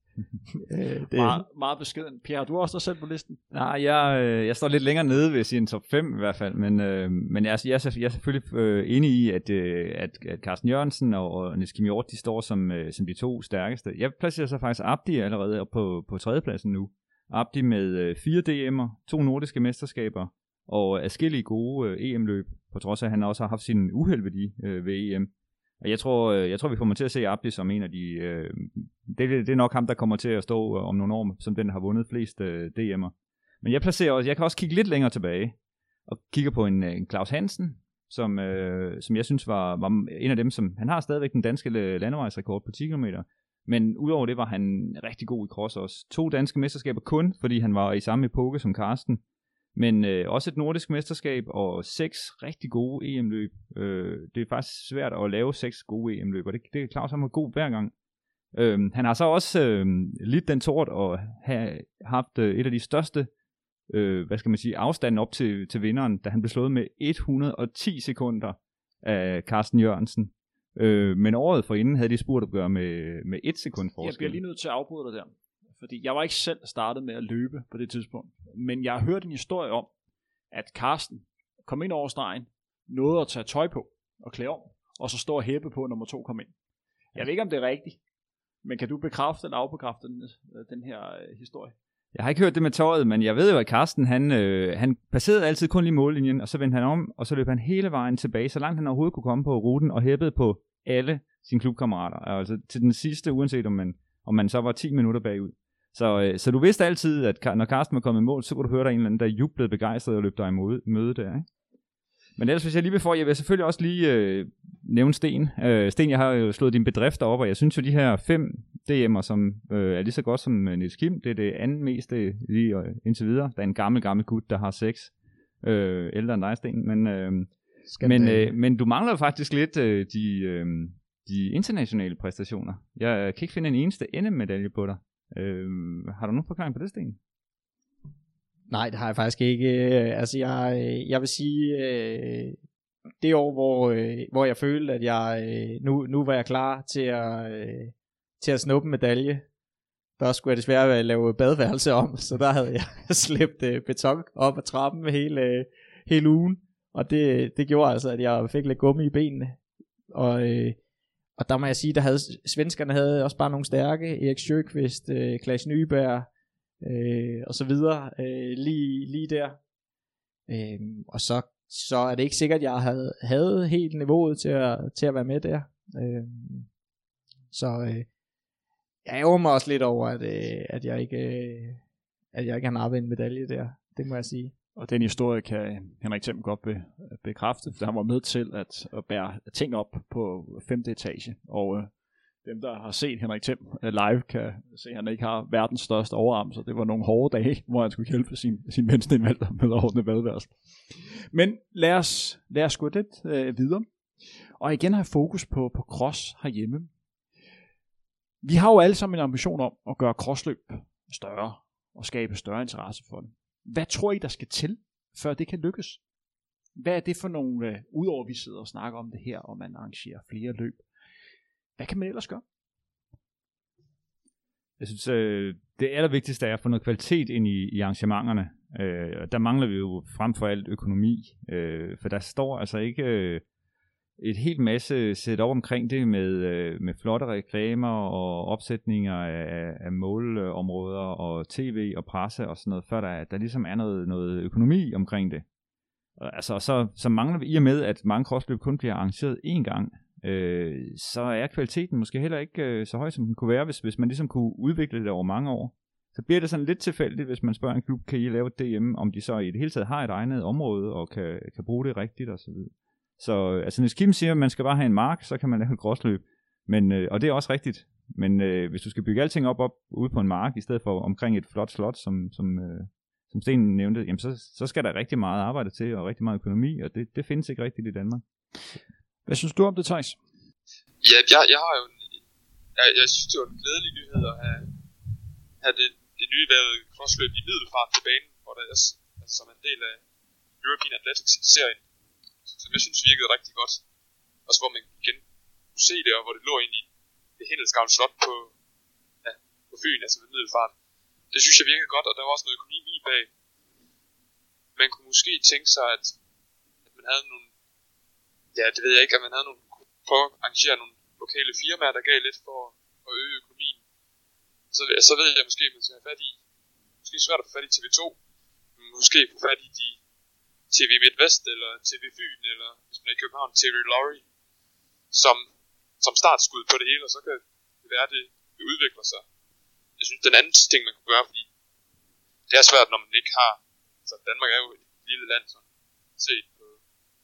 Meget beskeden. Per, har du også dig selv på listen? Nej, jeg står lidt længere nede ved sin top 5 i hvert fald, men jeg er selvfølgelig enig i, at Carsten Jørgensen og Niels Kim Hjort, de står som de 2 stærkeste. Jeg placerer så faktisk Abdi allerede op på 3. pladsen nu. Abdi med 4 DM'er, 2 nordiske mesterskaber og adskillige gode EM-løb, på trods af, at han også har haft sin uheld ved EM. Og jeg tror, vi kommer til at se Abdi som en af de... det er nok ham, der kommer til at stå om nogle år, som den har vundet flest DM'er. Men jeg kan også kigge lidt længere tilbage, og kigger på en Claus Hansen, som jeg synes var en af dem, som han har stadigvæk den danske landevejsrekord på 10 km. Men udover det var han rigtig god i cross også. 2 danske mesterskaber kun, fordi han var i samme epoke som Carsten. Men også et nordisk mesterskab og 6 rigtig gode EM-løb. Det er faktisk svært at lave 6 gode EM-løb, og det er Claus, han var god hver gang. Han har så også lidt den tort og have haft et af de største afstanden op til vinderen, da han blev slået med 110 sekunder af Carsten Jørgensen. Men året forinden havde de spurtopgør med 1 sekund forskel. Jeg bliver lige nødt til at afbryde dig der, fordi jeg var ikke selv startet med at løbe på det tidspunkt, men jeg har hørt en historie om, at Carsten kom ind over stregen, nåede at tage tøj på og klæde om, og så stå og hæppe på, nummer 2 kom ind. Jeg ved ikke, om det er rigtigt, men kan du bekræfte eller afbekræfte den her historie? Jeg har ikke hørt det med tøjet, men jeg ved jo, at Carsten, han passerede altid kun lige mållinjen, og så vendte han om, og så løb han hele vejen tilbage, så langt han overhovedet kunne komme på ruten, og hæppede på alle sine klubkammerater. Altså til den sidste, uanset om man så var 10 minutter bagud. Så du vidste altid, at når Carsten var kommet i mål, så kunne du høre, der en eller anden, der jublede begejstret og løb dig imod møde der, ikke? Men ellers, hvis jeg lige vil jeg vil selvfølgelig også lige nævne Sten. Sten, jeg har jo slået din bedrifter op, og jeg synes jo, de her 5 DM'er, som er lige så godt som Niels Kim, det er det andet meste lige indtil videre. Der er en gammel gut, der har 6 ældre end dig, Sten. Men du mangler faktisk lidt de internationale præstationer. Jeg kan ikke finde en eneste NM-medalje på dig. Har du nogen forklaring på det, Sten? Nej, det har jeg faktisk ikke. Altså, jeg vil sige, det år, hvor jeg følte, at jeg nu var jeg klar til at snuppe en medalje. Der skulle jeg desværre lave badeværelse om, så der havde jeg slæbt beton op ad trappen hele ugen. Og det gjorde altså, at jeg fik lidt gummi i benene. Og der må jeg sige, svenskerne havde også bare nogle stærke. Erik Sjöqvist, Claes Nyberg, og så videre, lige der. Og så er det ikke sikkert, at jeg havde helt niveauet til at være med der. Jeg ærger mig også lidt over, at jeg ikke har nappet en medalje der. Det må jeg sige. Og den historie kan Henrik Thiem godt bekræfte, for han var med til at bære ting op på 5. etage. Og dem, der har set Henrik Thiem live, kan se, at han ikke har verdens største overarm, så det var nogle hårde dage, hvor han skulle hjælpe sin venstre indvalgte med at ordne badeværelse. Men lad os gå lidt videre. Og igen have fokus på cross herhjemme. Vi har jo alle sammen en ambition om at gøre crossløb større og skabe større interesse for det. Hvad tror I, der skal til, før det kan lykkes? Hvad er det for nogle, udover vi sidder og snakker om det her, og man arrangerer flere løb? Hvad kan man ellers gøre? Jeg synes, det allervigtigste er at få noget kvalitet ind i arrangementerne. Der mangler vi jo frem for alt økonomi, for der står altså ikke et helt masse sæt op omkring det med flotte reklamer og opsætninger af målområder og tv og presse og sådan noget, før der ligesom er noget økonomi omkring det. Altså, så mangler vi, i og med at mange crossløb kun bliver arrangeret én gang, så er kvaliteten måske heller ikke så høj, som den kunne være, hvis man ligesom kunne udvikle det over mange år. Så bliver det sådan lidt tilfældigt, hvis man spørger en klub, kan I lave et DM, om de så i det hele taget har et egnet område, og kan bruge det rigtigt og så videre. Så altså, når Kim siger, at man skal bare have en mark, så kan man lave et crossløb. Og det er også rigtigt. Men hvis du skal bygge alting op ude på en mark, i stedet for omkring et flot slot, som Sten nævnte, jamen så skal der rigtig meget arbejde til, og rigtig meget økonomi, og det findes ikke rigtigt i Danmark. Hvad synes du om det, Theis? Ja, jeg har jo jeg synes, det var en glædelig nyhed at have det nyvalgte crossløb i Middelfart på banen, hvor der altså, som en del af European Athletics-serien, som jeg synes virkede rigtig godt. Også hvor man igen kunne se det, og hvor det lå ind i det Hindelsgavl Slot på Fyn, altså ved Middelfart. Det synes jeg virkede godt, og der var også noget økonomi bag. Man kunne måske tænke sig, at man havde nogle, ja, det ved jeg ikke, at man havde nogle, prøve at arrangere nogle lokale firmaer, der gav lidt for at øge økonomien. Så ved jeg måske, at man skal have fat i, måske svært at få fat i TV2, måske få fat i de TV MidtVest, eller TV Fyn, eller hvis man er i København, TV Lorry, som startskud på det hele, og så kan det være, det udvikler sig. Jeg synes, den anden ting, man kunne gøre, fordi det er svært, når man ikke har, så Danmark er jo et lille land, sådan set på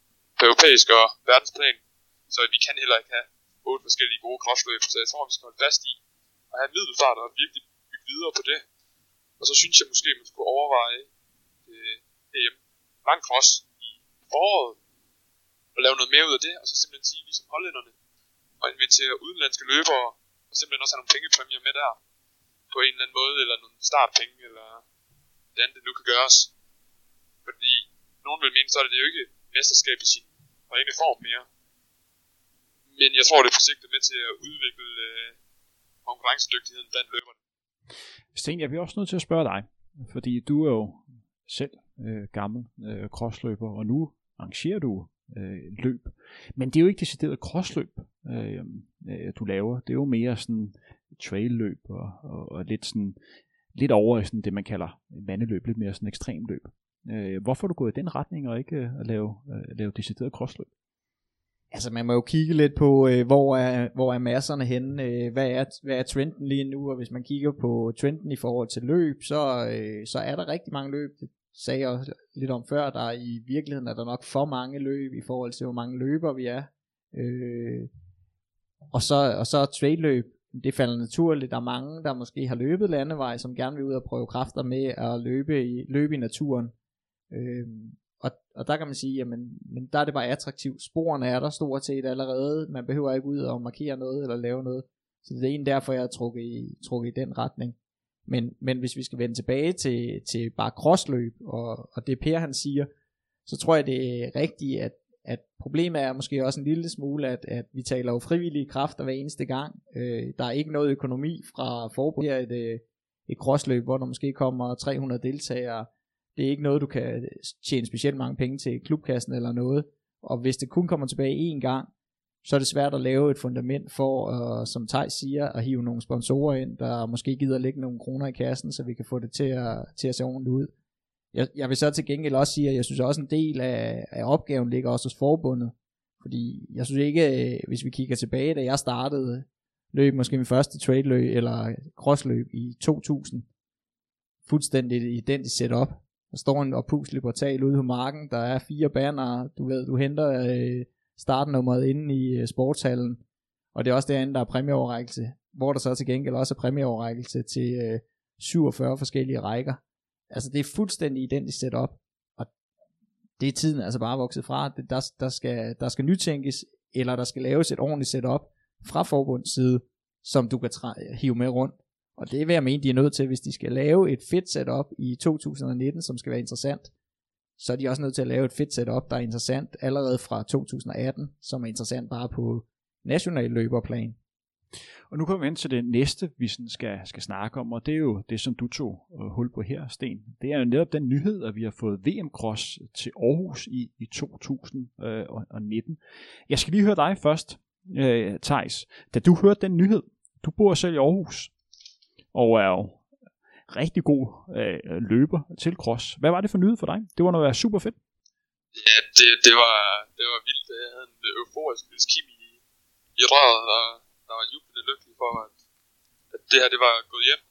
europæisk og verdensplan, så vi kan heller ikke have 8 forskellige gode crossløb, så jeg tror, vi skal holde fast i at have middelfart og virkelig bygge videre på det. Og så synes jeg måske, man skulle overveje EM lang cross i foråret, og lave noget mere ud af det, og så simpelthen sige, ligesom hollænderne, og invitere udenlandske løbere, og simpelthen også have nogle pengepræmier med der, på en eller anden måde, eller nogle startpenge, eller hvordan det nu kan gøres. Fordi nogen vil mene, så er det jo ikke mesterskab i sin rene form mere. Men jeg tror, det er på sigt med til at udvikle konkurrencedygtigheden blandt løberne. Sten, jeg bliver også nødt til at spørge dig, fordi du er jo selv gammel crossløber, og nu arrangerer du løb. Men det er jo ikke decideret crossløb, du laver. Det er jo mere sådan trailløb og lidt over i sådan det, man kalder mandeløb, lidt mere sådan ekstremløb. Hvorfor er du gået i den retning og ikke at lave decideret crossløb? Altså man må jo kigge lidt på, hvor er masserne henne, hvad er trenden lige nu, og hvis man kigger på trenden i forhold til løb, så er der rigtig mange løb. Det sagde jeg også lidt om før, der i virkeligheden er der nok for mange løb i forhold til, hvor mange løbere vi er. Og så trailløb, det falder naturligt. Der er mange, der måske har løbet landevej, som gerne vil ud og prøve kræfter med at løbe i naturen. Og der kan man sige, jamen, men der er det bare attraktivt. Sporene er der stort set allerede. Man behøver ikke ud og markere noget eller lave noget. Så det er egentlig derfor, jeg er trukket i den retning. Men hvis vi skal vende tilbage til bare crossløb, og det Per han siger, så tror jeg det er rigtigt, at problemet er måske også en lille smule, at vi taler jo frivillige kræfter hver eneste gang. Der er ikke noget økonomi fra forbundet her et crossløb, hvor der måske kommer 300 deltagere. Det er ikke noget, du kan tjene specielt mange penge til klubkassen eller noget. Og hvis det kun kommer tilbage én gang, så er det svært at lave et fundament for, som Theis siger, at hive nogle sponsorer ind, der måske gider lægge nogle kroner i kassen, så vi kan få det til at se ordentligt ud. Jeg vil så til gengæld også sige, at jeg synes også en del af opgaven ligger også hos forbundet. Fordi jeg synes ikke, hvis vi kigger tilbage, da jeg startede løb, måske min første trailløb eller crossløb i 2000, fuldstændig identisk setup. Der står en oppuslig portal ude på marken, der er 4 banner, du henter startnummeret inde i sportshallen, og det er også derinde, der er præmieoverrækkelse, hvor der så til gengæld også er præmieoverrækkelse til 47 forskellige rækker. Altså det er fuldstændig identisk setup, og det er tiden altså bare vokset fra. Der skal nytænkes, eller der skal laves et ordentligt setup fra forbundets side, som du kan hive med rundt. Og det vil jeg mene, de er nødt til, hvis de skal lave et fedt setup i 2019, som skal være interessant, så er de også nødt til at lave et fedt setup, der er interessant allerede fra 2018, som er interessant bare på national løberplan. Og nu kommer vi ind til det næste, vi sådan skal snakke om, og det er jo det, som du tog hul på her, Sten. Det er jo netop den nyhed, at vi har fået VM-cross til Aarhus i 2019. Jeg skal lige høre dig først, Theis. Da du hørte den nyhed, du bor selv i Aarhus, og er jo rigtig god løber til cross. Hvad var det for nyhed for dig? Det var noget super fedt. Ja, det var vildt. Jeg havde en euforisk kim i røret, og der var jublende lykkelig for, at det her det var gået hjem.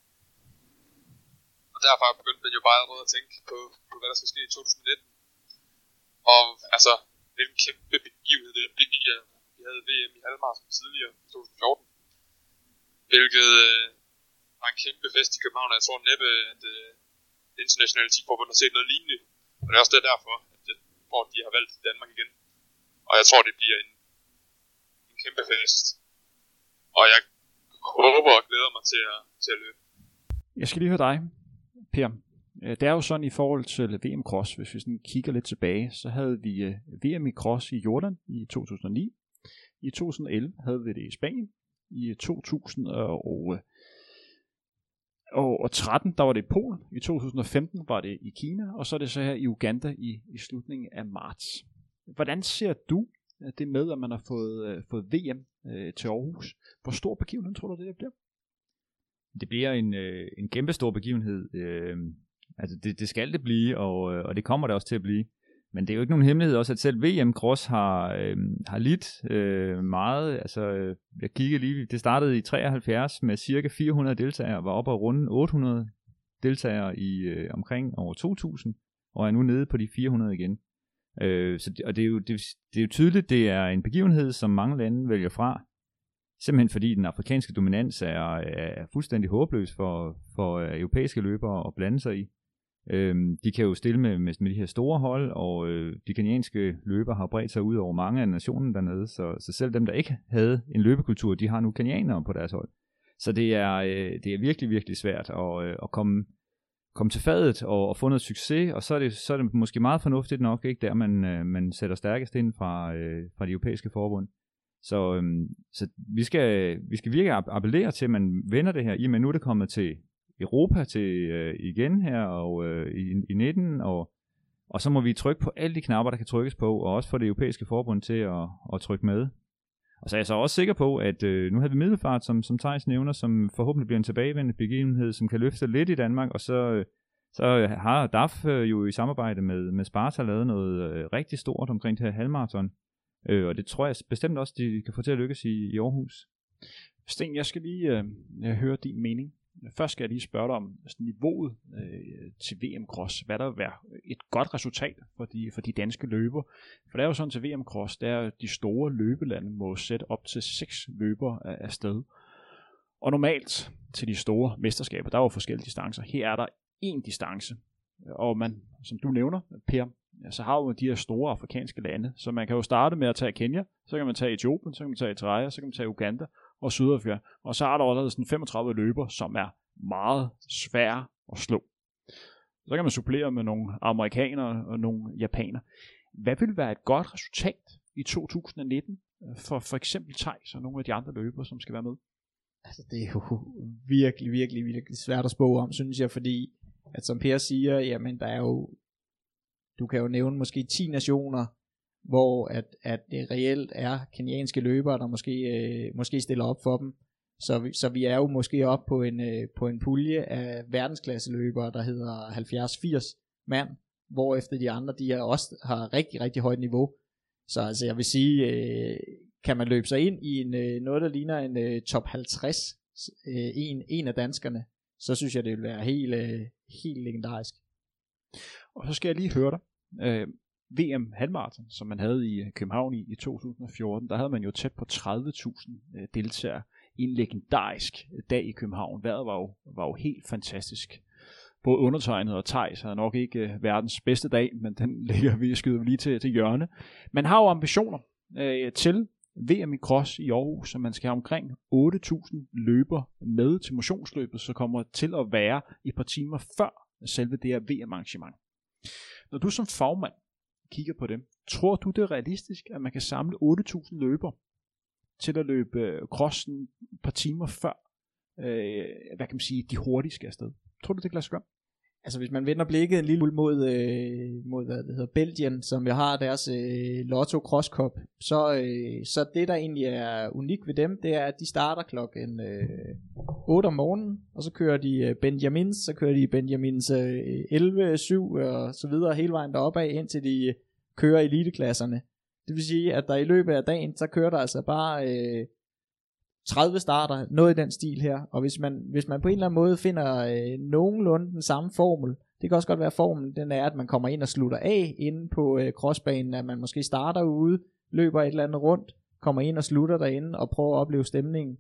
Og derfor begyndte man jo bare at tænke på, hvad der skal ske i 2019. Og altså, hvilken kæmpe begivenhed det blev. Vi havde VM i Almar som tidligere i 2014. Hvilket var en kæmpe fest i København, og jeg tror næppe, at det internationale teamforbund har set noget lignende. Og det er også derfor, at jeg tror, de har valgt Danmark igen. Og jeg tror, det bliver en kæmpe fest. Og jeg håber og glæder mig til at løbe. Jeg skal lige høre dig, Per. Det er jo sådan i forhold til VM Cross, hvis vi sådan kigger lidt tilbage, så havde vi VM i Cross i Jordan i 2009. I 2011 havde vi det i Spanien. I 2013, der var det i Polen. I 2015 var det i Kina, og så er det så her i Uganda i slutningen af marts. Hvordan ser du det med, at man har fået VM til Aarhus? Hvor stor begivenhed tror du, det bliver? Det bliver en kæmpe stor begivenhed. Altså det skal det blive, og det kommer det også til at blive. Men det er jo ikke nogen hemmelighed også, at selv VM Cross har lidt meget. Altså, jeg kiggede lige, det startede i 73 med cirka 400 deltagere, var oppe og runde 800 deltagere i omkring over 2000, og er nu nede på de 400 igen. Og det er jo tydeligt, det er en begivenhed, som mange lande vælger fra, simpelthen fordi den afrikanske dominans er fuldstændig håbløs for europæiske løbere at blande sig i. De kan jo stille med de her store hold, og de kenyanske løbere har bredt sig ud over mange af nationen dernede, så selv dem, der ikke havde en løbekultur, de har nu kenyanere på deres hold. Så det er virkelig, virkelig svært at komme til fadet og få noget succes, og så er det måske meget fornuftigt nok, ikke der man sætter stærkest ind fra de europæiske forbund. Så vi skal virkelig appellere til, at man vender det her, i og med nu er det kommet til Europa igen her og i 19, og så må vi trykke på alle de knapper, der kan trykkes på, og også få det europæiske forbund til at trykke med. Og så er jeg så også sikker på, at nu har vi Middelfart, som Theis nævner, som forhåbentlig bliver en tilbagevendende begivenhed, som kan løfte lidt i Danmark, og så har DAF jo i samarbejde med Sparta lavet noget rigtig stort omkring det her halvmarathon. Og det tror jeg bestemt også, de kan få til at lykkes i Aarhus. Sten, jeg skal lige høre din mening. Først skal jeg lige spørge dig om niveauet til VM Cross. Hvad der vil være et godt resultat for de danske løber. For det er jo sådan til VM Cross, der de store løbelande må sætte op til 6 løbere af sted. Og normalt til de store mesterskaber, der er jo forskellige distancer. Her er der én distance. Og man, som du nævner, Per, så har jo de her store afrikanske lande. Så man kan jo starte med at tage Kenya, så kan man tage Etiopien, så kan man tage Eritrea, så kan man tage Uganda og Sydafrika. Og så er der allerede sådan 35 løber, som er meget svære at slå. Så kan man supplere med nogle amerikanere og nogle japanere. Hvad vil være et godt resultat i 2019 for eksempel Theis og nogle af de andre løbere, som skal være med? Altså det er jo virkelig, virkelig, virkelig svært at spå om, synes jeg, fordi at som Per siger, jamen der er jo, du kan jo nævne måske 10 nationer, hvor at det reelt er kenyanske løbere, der måske stiller op for dem. Så vi er jo måske op på en pulje af verdensklasseløbere, der hedder 70-80 mand, hvorefter de andre, de også har rigtig, rigtig højt niveau. Så altså jeg vil sige, kan man løbe sig ind i noget, der ligner en top 50, en af danskerne, så synes jeg, det vil være helt legendarisk. Og så skal jeg lige høre dig. VM halvmarathon, som man havde i København i 2014, der havde man jo tæt på 30.000 deltagere i en legendarisk dag i København. Vejret var jo helt fantastisk. Både undertegnet og Theis havde nok ikke verdens bedste dag, men den skyder vi lige til hjørne. Man har jo ambitioner til VM i Cross i Aarhus, så man skal have omkring 8.000 løber med til motionsløbet, så kommer til at være et par timer før selve det her VM-arrangement. Når du som fagmand kigger på det, tror du det er realistisk, at man kan samle 8.000 løber til at løbe crossen et par timer før, hvad kan man sige, de hurtigt skal afsted? Tror du det kan lade sig gøre? Altså hvis man vender blikket en lille mod hvad det hedder, Belgien, som jeg har deres Lotto Cross Cup, så det der egentlig er unikt ved dem, det er at de starter klokken 8 om morgenen, og så kører de Benjamins 11, 7 og så videre hele vejen deroppe af, indtil de kører eliteklasserne. Det vil sige at der i løbet af dagen, så kører der altså bare 30 starter, noget i den stil her. Og hvis man på en eller anden måde finder nogenlunde den samme formel, det kan også godt være formelen, den er, at man kommer ind og slutter af inde på crossbanen, at man måske starter ude, løber et eller andet rundt, kommer ind og slutter derinde og prøver at opleve stemningen.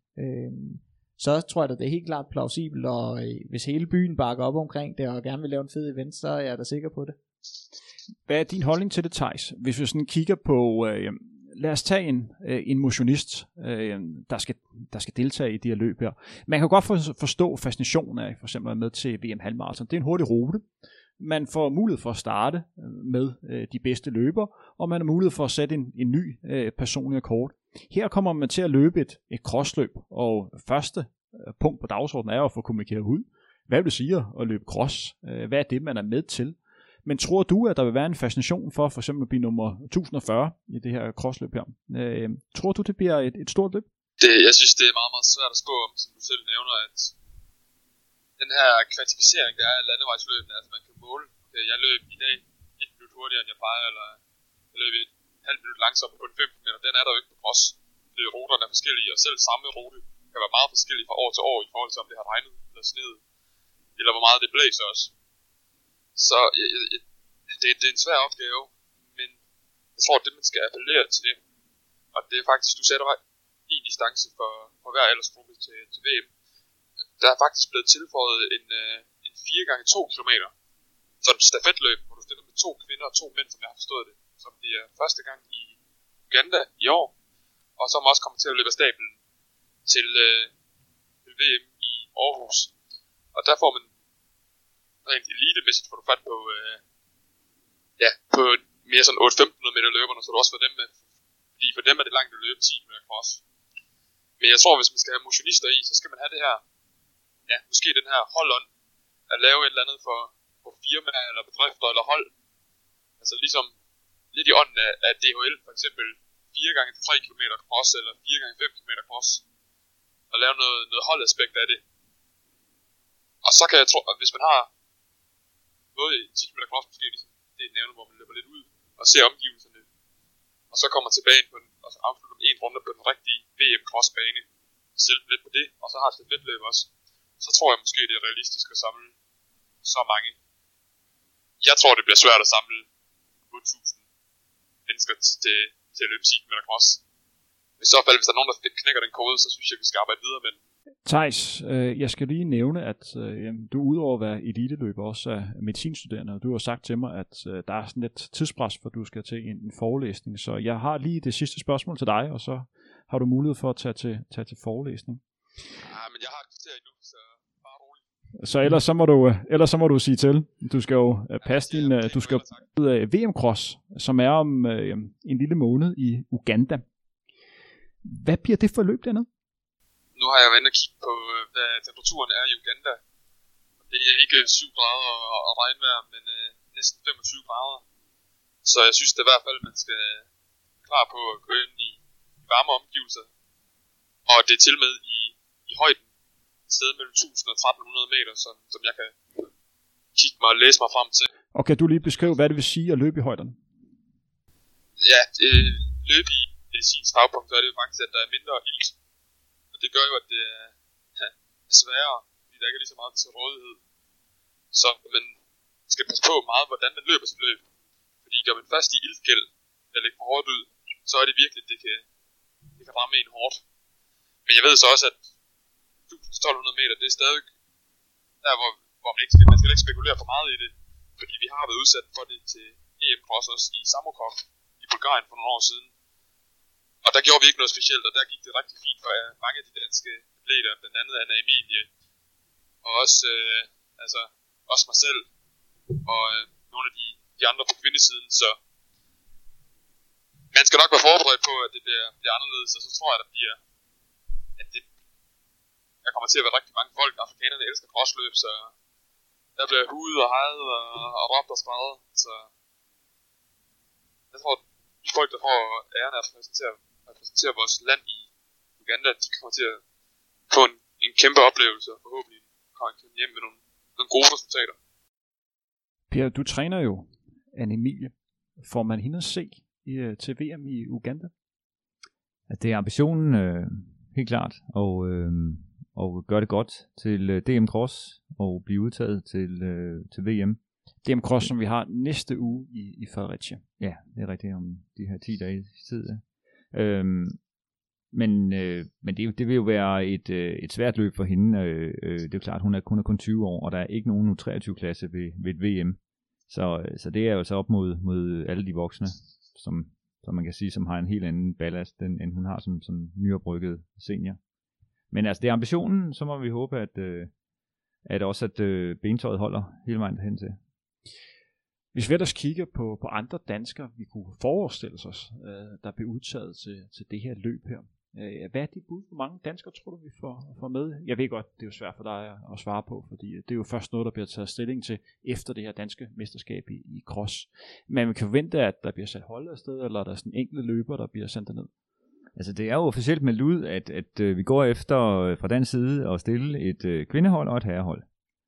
Så tror jeg, at det er helt klart plausibelt, og hvis hele byen bakker op omkring det og gerne vil lave en fed event, så er jeg da sikker på det. Hvad er din holdning til det, Theis? Hvis vi sådan kigger på, lad os tage en motionist, der skal deltage i de her løb her. Man kan godt forstå fascinationen af for eksempel med til VM halvmarathon. Det er en hurtig rute. Man får mulighed for at starte med de bedste løber, og man har mulighed for at sætte en ny personlig rekord. Her kommer man til at løbe et crossløb, og første punkt på dagsordenen er jo at få kommunikeret ud. Hvad vil det sige at løbe cross? Hvad er det, man er med til? Men tror du, at der vil være en fascination for eksempel at blive nummer 1040 i det her crossløb her? Tror du, det bliver et stort løb? Jeg synes, det er meget, meget svært at spå om, som du selv nævner, at den her kvantificering, der er landevejsløbene, altså man kan måle, okay, jeg løb i dag 1 minut hurtigere, end jeg plejer, eller jeg løb et halvt minut langsommere på en 5 km, den er der jo ikke på cross. Ruterne er forskellige, og selv samme rute kan være meget forskellig fra år til år, i forhold til om det har regnet eller sneet, eller hvor meget det blæser også. Så det er en svær opgave, jeg tror, det man skal appellere til, og det er faktisk, du sætter en distance for hver aldersgruppe til VM. Der er faktisk blevet tilføjet en 4x2 km, sådan en stafetløb, hvor du stiller med 2 kvinder og 2 mænd, som jeg har forstået det, som det er første gang i Uganda i år, og som også kommer til at løbe af stablen til VM i Aarhus. Og der får man rent elitemæssigt får du fat på på mere sådan 8-1500 meter løberne, så du også får dem med, fordi for dem er det langt at løbe 10 meter cross. Men jeg tror, hvis man skal have motionister i, så skal man have det her, måske den her holdånd, at lave et eller andet for firma eller bedrifter eller hold. Altså ligesom lidt i ånden af DHL, for eksempel 4x3 km cross eller 4x5 km cross, og lave noget holdaspekt af det. Og så kan jeg tro, at hvis man har noget i 10 km cross, måske ligesom det er et nævne, hvor man løber lidt ud og ser omgivelserne, og så kommer tilbage på og så afslutter en runde på den rigtige VM crossbane, selv lidt på det, og så har et stafetløb også, så tror jeg måske, det er realistisk at samle så mange. Jeg tror, det bliver svært at samle 8.000 mennesker til at løbe 10 km cross. I så fald, hvis der er nogen, der knækker den kode, så synes jeg, vi skal arbejde videre med den. Theis, jeg skal lige nævne, at du udover at være eliteløber også er medicinstuderende, og du har sagt til mig, at der er sådan lidt tidspres, for du skal til en forelæsning. Så jeg har lige det sidste spørgsmål til dig, og så har du mulighed for at tage til forelæsning. Ja, men jeg har et kvarter endnu, så bare roligt. Så ellers så må du sige til. Du skal jo passe din du skal ud af VM Cross, som er om en lille måned i Uganda. Hvad bliver det for løb dernede? Nu har jeg været inde og kigge på, hvad temperaturen er i Uganda. Det er ikke 7 grader og regnvejr, men næsten 25 grader. Så jeg synes det i hvert fald, man skal klar på at gå ind i varme omgivelser. Og det er til med i højden, et sted mellem 1000 og 1300 meter, som jeg kan kigge mig og læse mig frem til. Og kan du lige beskrive, hvad det vil sige at løbe i højderne? Ja, løbe i medicinsk fagpunkt, så er det jo faktisk, at der er mindre ilt. Og det gør jo, at det er sværere, fordi der ikke er lige så meget til rådighed. Så man skal passe på meget, hvordan man løber sit løb. Fordi gør man fast i iltgæld, eller lægger for hårdt ud, så er det virkelig, det kan ramme en hårdt. Men jeg ved så også, at 1200 meter, det er stadig der, hvor man skal ikke spekulere for meget i det. Fordi vi har været udsat for det til EM Cross også i Samokov i Bulgarien for nogle år siden. Og der gjorde vi ikke noget specielt, og der gik det rigtig fint for mange af de danske atleter, blandt andet Anna Emilie, og også mig selv, og nogle af de andre på kvindesiden, så man skal nok være forberedt på, at det bliver anderledes, og så tror jeg, der kommer til at være rigtig mange folk. Afrikanerne elsker crossløb, så der bliver hudet og hejet og råbt og skrevet, så jeg tror, de folk, der får æren af at repræsentere vores land i Uganda, de kommer til at få en kæmpe oplevelse, og forhåbentlig kommer hjem med nogle gode resultater. Per, du træner jo Anne Emilie. Får man hende at se til VM i Uganda? Det er ambitionen, helt klart, og gøre det godt til DM Cross og blive udtaget til VM. DM Cross, som vi har næste uge i Fredericia. Ja, det er rigtigt, om de her 10 dage tid. Ja. Men det vil jo være et svært løb for hende. Det er jo klart, hun er kun 20 år, og der er ikke nogen U23-klasse ved et VM. Så det er jo så op mod alle de voksne, som man kan sige, som har en helt anden ballast, end hun har som nyoprykket senior. Men altså, det er ambitionen, så må vi håbe, at også bentøjet holder hele vejen hen til. Hvis vi ellers kigger på andre danskere, vi kunne forestille os, der bliver udtaget til det her løb her. Hvad er dit bud? Hvor mange danskere tror du, vi får med? Jeg ved godt, det er jo svært for dig at svare på, fordi det er jo først noget, der bliver taget stilling til efter det her danske mesterskab i cross. Men man kan forvente, at der bliver sat hold afsted, eller er der sådan enkelte løber, der bliver sendt derned? Altså det er jo officielt meldt ud, at vi går efter fra den side at stille et kvindehold og et herrehold.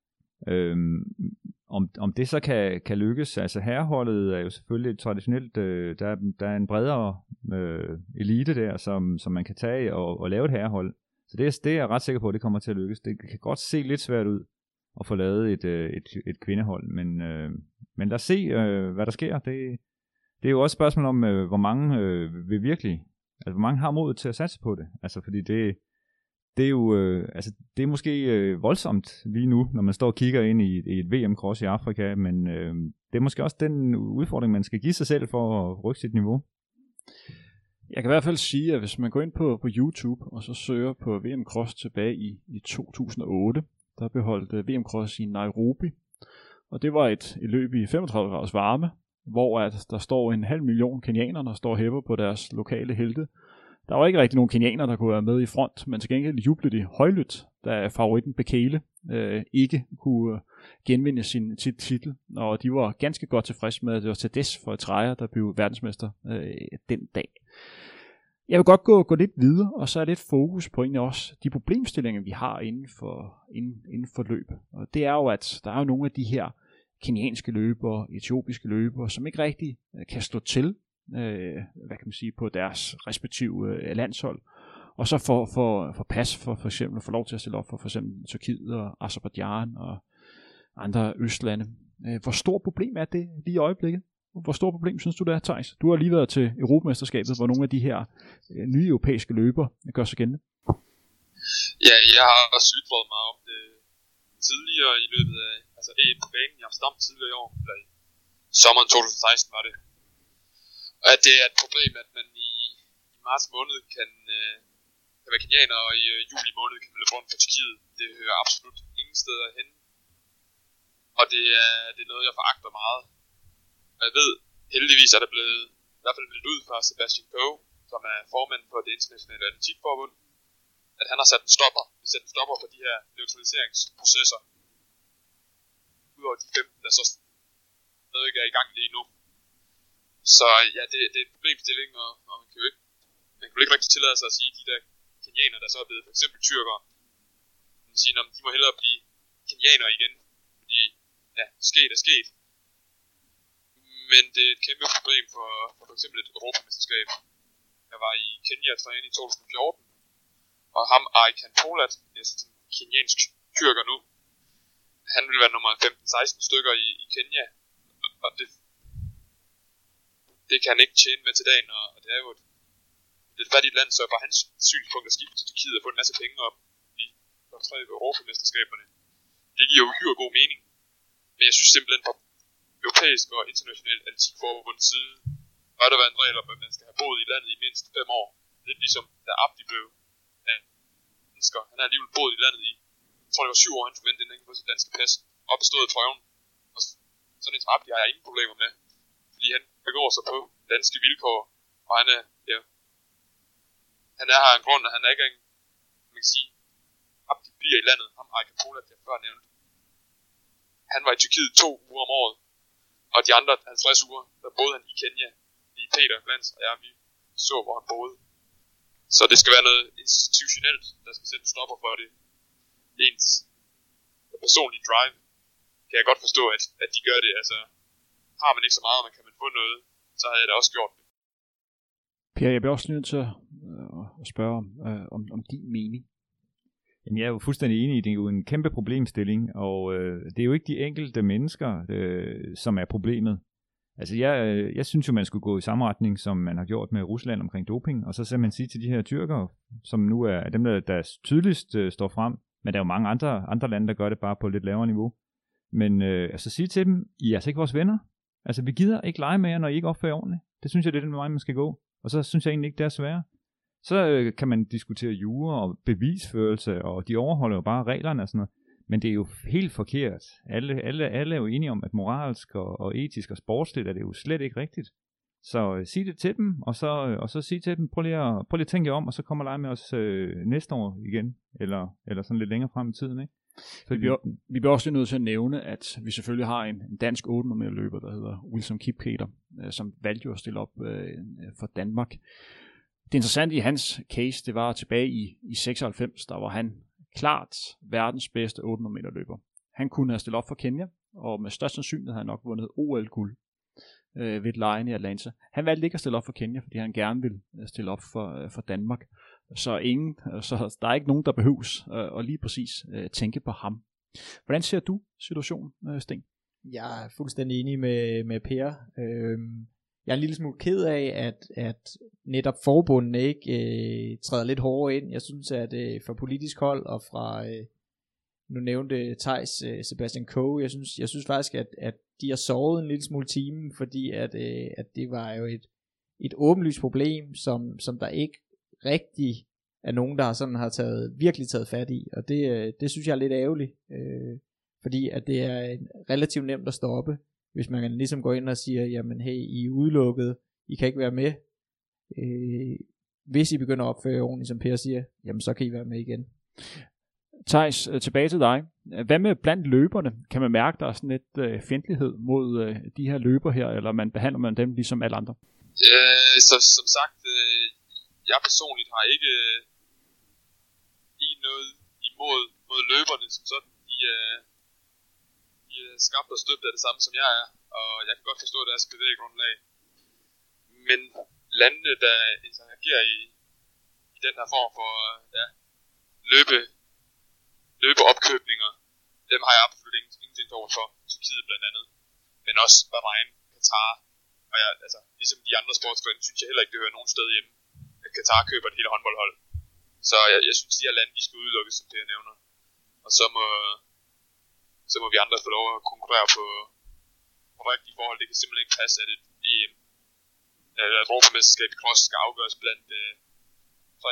Om det så kan lykkes, altså herreholdet er jo selvfølgelig traditionelt, der er en bredere elite der, som man kan tage og lave et herrehold. Så det er jeg ret sikker på, at det kommer til at lykkes. Det kan godt se lidt svært ud at få lavet et kvindehold, men lad os se, hvad der sker. det er jo også et spørgsmål om, hvor mange vil virkelig, altså hvor mange har modet til at satse på det. Altså fordi det er jo, altså det er måske voldsomt lige nu, når man står og kigger ind i et VM-cross i Afrika, men det er måske også den udfordring, man skal give sig selv for at rykke sit niveau. Jeg kan i hvert fald sige, at hvis man går ind på YouTube, og så søger på VM Cross tilbage i 2008, der beholdt VM Cross i Nairobi, og det var et løb i 35 graders varme, hvor at der står 500.000 kenianere, der står og hæpper på deres lokale helte. Der var ikke rigtig nogen kenianer, der kunne være med i front, men til gengæld jublede de højlydt, da favoritten Bekele ikke kunne genvinde sin titel, og de var ganske godt tilfredse med, at det var Tadej Pogačar, der blev verdensmester den dag. Jeg vil godt gå lidt videre, og så er lidt fokus på egentlig også de problemstillinger, vi har inden for løb. Og det er jo, at der er jo nogle af de her kenianske løbere, etiopiske løbere, som ikke rigtig kan slå til, hvad kan man sige, på deres respektive landshold. Og så for pas for eksempel få lov til at stille op for eksempel Tyrkiet og Aserbajdsjan og andre østlande. Hvor stort problem er det lige i øjeblikket? Hvor stort problem synes du det er, Theis? Du har lige været til Europamesterskabet, hvor nogle af de her nye europæiske løbere gør sig gældende. Ja, jeg har også ytret mig om det tidligere i løbet af EM på banen i Amsterdam tidligere i år, eller i sommeren 2016 var det. Og at det er et problem, at man i marts måned kan være kenianer, og i juli måned kan man løbe rundt for Tyrkiet. Det hører absolut ingen steder hen. Og det er noget, jeg foragter meget. Og jeg ved, heldigvis er der blevet i hvert fald meldt ud fra Sebastian Coe, som er formand for det internationale atletikforbund, at han har sat en stopper for de her neutraliseringsprocesser. Udover de 15, der så stadig er i gang lige nu. Så ja, det er en problemstilling, og man kan jo ikke rigtig tillade sig at sige, de der kenianer, der så er blevet for eksempel tyrkere, man siger, at de må hellere blive kenianer igen, fordi ja, sket er sket. Men det er et kæmpe problem for eksempel et europamesterskab. Jeg var i Kenya træne i 2014, og ham Aykan Polat, en keniansk tyrker nu, han vil være nummer 15-16 stykker i Kenya, og det kan han ikke tjene med til dagen, og det er jo et fattigt land, så bare hans synspunkt at skifte til Tyrkiet og få en masse penge op i de 3 europamesterskaberne. Det giver jo uhyre god mening, men jeg synes simpelthen fra europæisk og international atletikforbunds side, bør der være en regel om, at man skal have boet i landet i mindst 5 år. Lidt ligesom da Abdi blev dansker. Han har alligevel boet i landet i, jeg tror det var 7 år, han forventede inden på sit danske pas, og bestået prøven. Og sådan en som Abdi har jeg ingen problemer med, fordi han begår sig på danske vilkår, og han er her af en grund, og han er ikke en, man kan sige, Abdi bliver i landet, ham Aykan Polat, jeg før nævnte. Han var i Tyrkiet 2 uger om året, og de andre 50 uger, der boede han i Kenya, i Peter Glans, og vi så, hvor han boede. Så det skal være noget institutionelt, der skal sætte en stopper for det. Ens personlige drive, kan jeg godt forstå, at de gør det. Altså, har man ikke så meget, og man kan få noget, så havde jeg da også gjort det. Per, jeg bliver også nødt til at spørge om din mening. Jamen, jeg er jo fuldstændig enig i, det er jo en kæmpe problemstilling, og det er jo ikke de enkelte mennesker, som er problemet. Altså, jeg synes jo, man skulle gå i samme retning, som man har gjort med Rusland omkring doping, og så skal man sige til de her tyrkere, som nu er dem, der tydeligst står frem, men der er jo mange andre lande, der gør det bare på et lidt lavere niveau. Men altså sige til dem, I er altså ikke vores venner. Altså, vi gider ikke lege med jer, når I ikke opfører ordentligt. Det synes jeg, det er den vej, man skal gå. Og så synes jeg egentlig ikke, det er svært. Så kan man diskutere jura og bevisførelse, og de overholder jo bare reglerne og sådan noget. Men det er jo helt forkert. Alle er jo enige om, at moralsk og etisk og sportsligt er det jo slet ikke rigtigt. Så sig det til dem, og så sig til dem, prøv lige at tænke jer om, og så kommer lege med os næste år igen, eller sådan lidt længere frem i tiden, ikke? Vi bliver også nødt til at nævne, at vi selvfølgelig har en dansk 800 meter løber, der hedder Wilson Kipketer, som valgte at stille op for Danmark. Det interessante i hans case, det var tilbage i 96, der var han klart verdens bedste 800 meter løber. Han kunne have stillet op for Kenya, og med størst sandsynlighed havde han nok vundet OL-guld ved et lejren i Atlanta. Han valgte ikke at stille op for Kenya, fordi han gerne ville stille op for Danmark. Så der er ikke nogen, der behøves at lige præcis tænke på ham. Hvordan ser du situationen, Sten? Jeg er fuldstændig enig med Per. Jeg er en lille smule ked af, at netop forbundene ikke træder lidt hårdere ind. Jeg synes, at fra politisk hold og fra, nu nævnte Theis Sebastian Coe, jeg synes faktisk, at de har sovet en lille smule timen, fordi at det var jo et åbenlyst problem, som der ikke rigtig er nogen, der har virkelig taget fat i, og det synes jeg er lidt ærgerligt, fordi at det er relativt nemt at stoppe, hvis man ligesom går ind og siger, jamen hey, I er udelukket, I kan ikke være med. Hvis I begynder at opføre ordentligt, som Per siger, jamen så kan I være med igen. Theis, tilbage til dig. Hvad med blandt løberne? Kan man mærke, der er sådan lidt fjendtlighed mod de her løber her, eller behandler man dem ligesom alle andre? Så som sagt, jeg personligt har ikke noget imod løberne som sådan. De er skabt og støbt af det samme som jeg er, og jeg kan godt forstå deres bevæggrundlag. Men landene, der interagerer i den her form for løbeopkøbninger, dem har jeg absolut ingenting over for. Tyrkiet blandt andet, men også Bahrain, Katar, og ligesom de andre sportsgrene, synes jeg heller ikke, det hører nogen sted hjemme, at Katar køber et hele håndboldhold. Så jeg synes, de her lande, de skal udelukkes, som det jeg nævner. Og så må vi andre få lov at konkurrere på rigtige forhold. Det kan simpelthen ikke passe, at et EM eller et europamesterskab i cross skal afgøres blandt tre,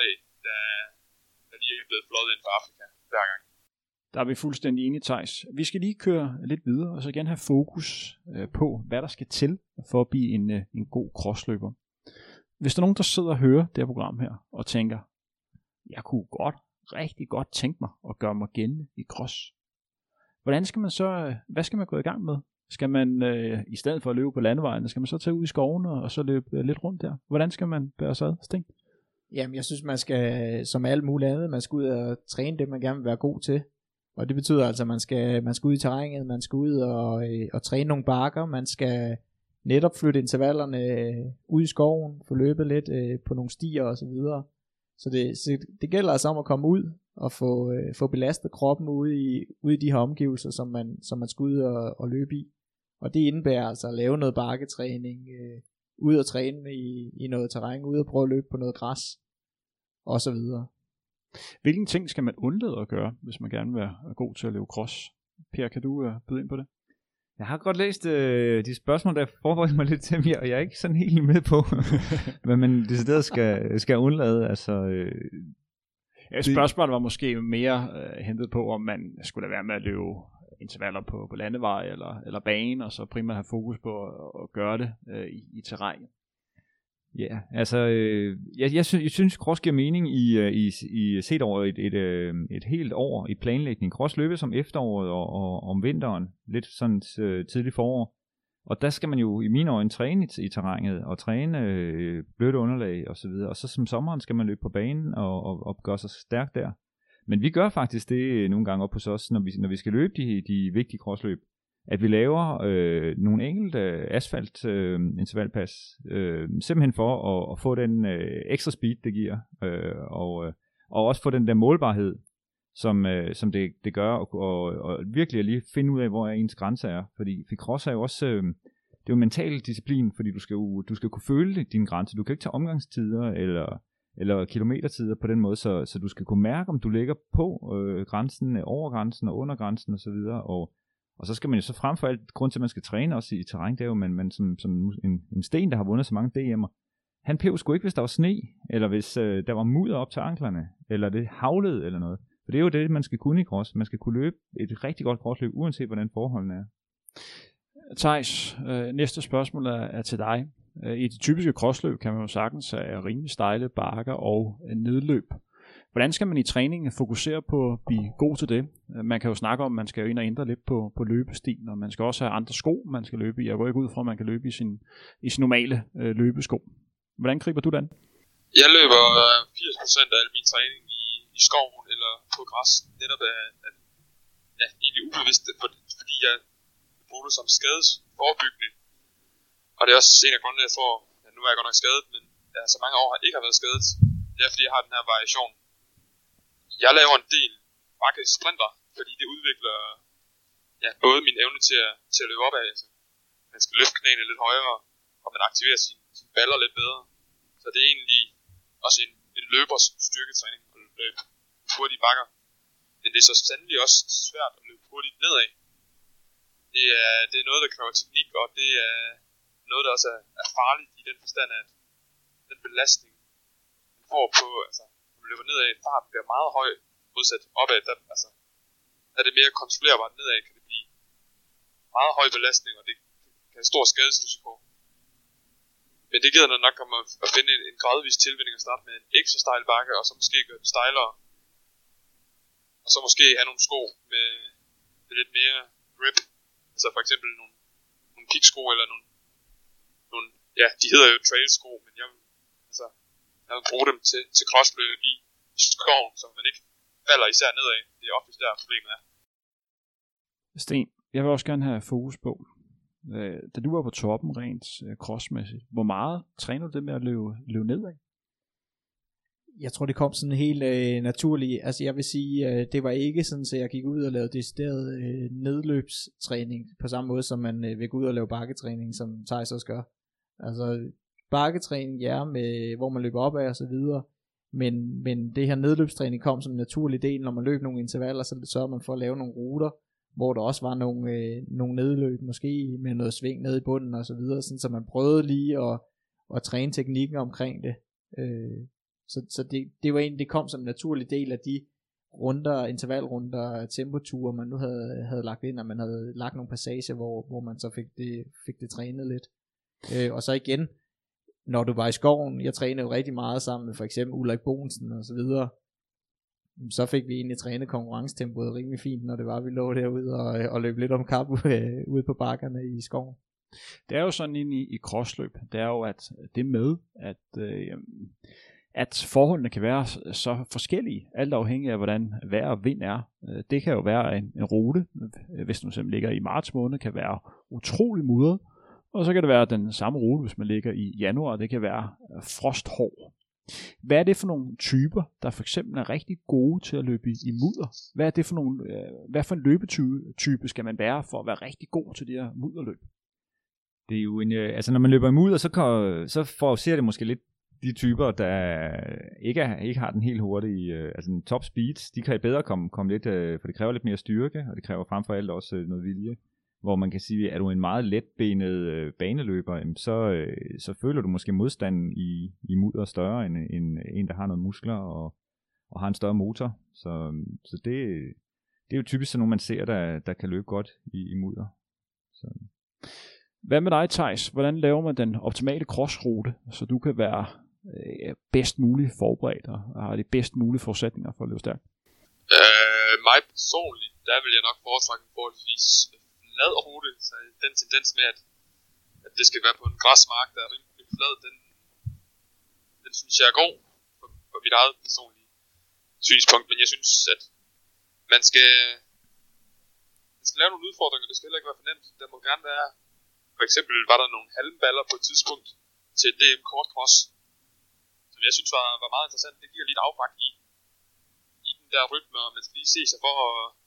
der lige er blevet fløjet ind fra Afrika hver gang. Der er vi fuldstændig enige, Theis. Vi skal lige køre lidt videre, og så igen have fokus på, hvad der skal til for at blive en god crossløber. Hvis der er nogen, der sidder og hører det her program her, og tænker, jeg kunne rigtig godt tænke mig at gøre mig gældende i cross. Hvad skal man gå i gang med? Skal man, i stedet for at løbe på landevejene, skal man så tage ud i skoven og så løbe lidt rundt der? Hvordan skal man bære sig ad, Sting? Jamen, jeg synes, man skal, som alt muligt andet, man skal ud og træne det, man gerne vil være god til. Og det betyder altså, at man skal ud i terrænet, man skal ud og træne nogle bakker, man skal netop flytte intervallerne ud i skoven, få løbet lidt på nogle stier og så videre. Så det gælder altså om at komme ud og få belastet kroppen ude i de her omgivelser, som man skal ud og løbe i. Og det indebærer altså at lave noget bakketræning, ud og træne i noget terræn, ud og prøve at løbe på noget græs og så videre. Hvilke ting skal man undlade at gøre, hvis man gerne vil være god til at løbe cross? Per, kan du byde ind på det? Jeg har godt læst de spørgsmål, der forberedte mig lidt til mig, og jeg er ikke sådan helt med på, hvad man decideret skal undlade. Spørgsmålet var måske mere hentet på, om man skulle lade være med at løbe intervaller på landevej eller bane, og så primært have fokus på at gøre det i terræn. Ja, jeg synes cross giver mening i set over et helt år i planlægning. Cross løbes om efteråret og om vinteren, lidt sådan tidlig forår. Og der skal man jo i mine øjne træne i terrænet og træne blødt underlag og så videre. Og så som sommeren skal man løbe på banen og gøre sig stærk der. Men vi gør faktisk det nogle gange op hos os, når vi skal løbe de vigtige crossløb, at vi laver nogle enkelte asfalt intervalpas, simpelthen for at få den ekstra speed, det giver, og også få den der målbarhed, som det gør, og virkelig lige finde ud af, hvor ens grænse er. Fordi cross er jo også, det er jo mental disciplin, fordi du skal kunne føle din grænse. Du kan ikke tage omgangstider eller kilometertider på den måde, så du skal kunne mærke, om du ligger på grænsen, over grænsen og under grænsen og så videre, og så skal man jo så frem for alt, grund til at man skal træne også i terræn, det er jo, man som en sten, der har vundet så mange DM'er, han pev sgu ikke, hvis der var sne, eller hvis der var mudder op til anklerne, eller det havlede eller noget. For det er jo det, man skal kunne i cross. Man skal kunne løbe et rigtig godt crossløb, uanset hvordan forholdene er. Theis, næste spørgsmål er til dig. I de typiske crossløb kan man jo sagtens have rimelig stejle bakker og nedløb. Hvordan skal man i træningen fokusere på at blive god til det? Man kan jo snakke om, at man skal jo ind og ændre lidt på løbestilen, og man skal også have andre sko, man skal løbe i. Jeg går ikke ud fra, at man kan løbe i sin normale løbesko. Hvordan griber du den? Jeg løber 80% af al min træning i skoven eller på græs, netop egentlig ubevidst, fordi jeg bruger det som skadesforebyggende. Og det er også en af grundene, jeg får, nu er jeg godt nok skadet, men jeg så mange år ikke har været skadet. Det er fordi, jeg har den her variation. Jeg laver en del bakke sprinter, fordi det udvikler både min evne til at løbe op af. Altså, man skal løfte knæene lidt højere, og man aktiverer sine baller lidt bedre. Så det er egentlig også en løbers styrketræning at løbe hurtige bakker. Men det er så sandelig også svært at løbe hurtigt nedad. Det er noget, der kræver teknik, og det er noget, der også er farligt i den forstand, at den belastning, man får på, altså, når man løber nedad, farten bliver meget høj, modsat opad, der er det mere kontrollerbart nedad, kan det blive meget høj belastning, og det kan have stor skadesrisiko. Men det giver nok om at finde en gradvis tilvænning og starte med en ekstra stejl bakke, og så måske gøre den stejlere, og så måske have nogle sko med lidt mere grip, altså for eksempel nogle kicksko eller nogle, ja, de hedder jo trailsko, men jeg vil bruge dem til crossløb i skoven, så man ikke falder især nedad. Det er oftest der problemet er. Sten, jeg vil også gerne have fokus på, da du var på toppen rent crossmæssigt, hvor meget træner du det med at løbe nedad? Jeg tror, det kom sådan helt naturligt. Altså jeg vil sige, det var ikke sådan, at jeg gik ud og lavede decideret nedløbstræning på samme måde, som man vil gå ud og lave bakketræning, som Theis også gør. Altså bakketræning, ja, med, hvor man løber opad og så videre. Men det her nedløbstræning kom som en naturlig del. Når man løb nogle intervaller, så sørger man for at lave nogle ruter, hvor der også var nogle nedløb, måske med noget sving ned i bunden og så videre, sådan, så man prøvede lige at træne teknikken omkring det. Så det var egentlig, det kom som en naturlig del af de runder, intervalrunder, tempoture, man nu havde lagt ind, og man havde lagt nogle passager, hvor man så fik det trænet lidt. Og så igen, når du var i skoven, jeg trænede jo rigtig meget sammen med for eksempel Ulrik Bonsen og så videre, så fik vi egentlig trænet konkurrencetempoet rimelig fint, når det var, vi lå derude og løb lidt om kap ude på bakkerne i skoven. Det er jo sådan inde i crossløb, det er jo, at det med, at forholdene kan være så forskellige, alt afhængig af hvordan vejr og vind er. Det kan jo være en rute, hvis du simpelthen ligger i marts måned, kan være utrolig mudret, og så kan det være den samme rute, hvis man ligger i januar, det kan være frosthård. Hvad er det for nogle typer, der for eksempel er rigtig gode til at løbe i mudder? Hvad er det for nogle, hvad for en løbetype skal man være for at være rigtig god til det her mudderløb? Det er jo altså når man løber i mudder, så forårsager det måske lidt de typer, der ikke har den helt hurtige, altså en top speeds, de kan bedre komme lidt, for det kræver lidt mere styrke, og det kræver frem for alt også noget vilje. Hvor man kan sige, at er du en meget letbenet baneløber, så føler du måske modstanden i mudder større end en, der har noget muskler og har en større motor. Så det er jo typisk sådan nogle, man ser, der kan løbe godt i mudder. Så. Hvad med dig, Theis? Hvordan laver man den optimale crossrute, så du kan være bedst muligt forberedt og har de bedst mulige forudsætninger for at løbe stærkt? Mig personligt, der vil jeg nok foretrække en forholdsvis flad rute, så den tendens med, at det skal være på en græsmark, der er rimelig flad, den synes jeg er god for mit eget personlige synspunkt, men jeg synes, at man skal lave nogle udfordringer, det skal heller ikke være for nemt. Der må gerne være, for eksempel var der nogle halmballer på et tidspunkt til DM Kort Cross, som jeg synes var meget interessant. Det giver lidt afbræk i den der rytme, og man skal lige se sig for,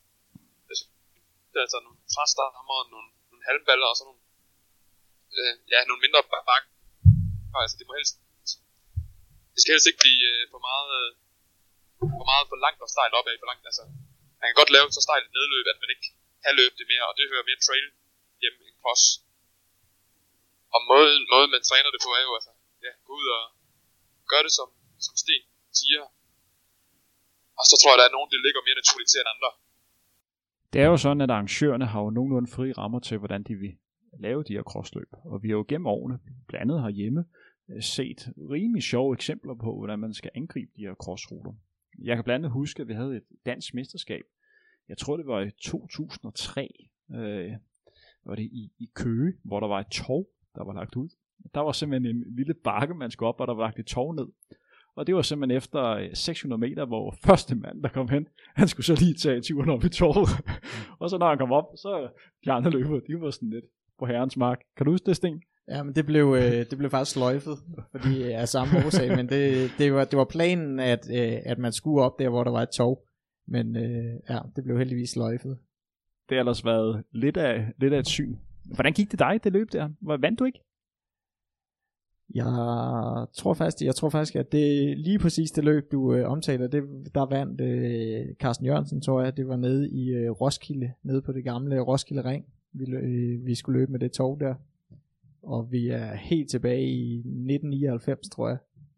altså nogle træstammer, nogle halmballer og sådan nogle, nogle mindre bakker. Altså det skal helst ikke blive for meget for langt og stejlt opad for langt. Altså man kan godt lave så stejlt et nedløb, at man ikke kan løbe det mere, og det hører mere trail hjemme end cross. Og måden man træner det på er jo altså, gå ud og gøre det som Sten siger. Og så tror jeg, der er nogen, der ligger mere naturligt til end andre. Det er jo sådan, at arrangørerne har jo nogenlunde frie rammer til, hvordan de vil lave de her crossløb. Og vi har jo gennem årene, blandt andet herhjemme, set rimelig sjove eksempler på, hvordan man skal angribe de her crossruter. Jeg kan blandt andet huske, at vi havde et dansk mesterskab. Jeg tror, det var i 2003. Var det i Køge, hvor der var et tov, der var lagt ud. Der var simpelthen en lille bakke, man skulle op, og der var lagt et tov ned. Og det var simpelthen efter 600 meter, hvor første mand, der kom hen, han skulle så lige tage turen op i torvet. Og så når han kom op, så de andre løbere, de var sådan lidt på herrens mark. Kan du huske det, Sten? Ja, men det blev faktisk sløjfet, fordi af samme årsag, men det var planen, at man skulle op der, hvor der var et tov. Men det blev heldigvis sløjfet. Det har ellers været lidt af et syn. Hvordan gik det dig, det løb der? Vandt du ikke? Jeg tror faktisk, at det lige præcis det løb, du omtaler, der vandt Carsten Jørgensen, tror jeg. Det var nede i Roskilde, nede på det gamle Roskilde Ring. Vi skulle løbe med det tog der. Og vi er helt tilbage i 1999, tror jeg.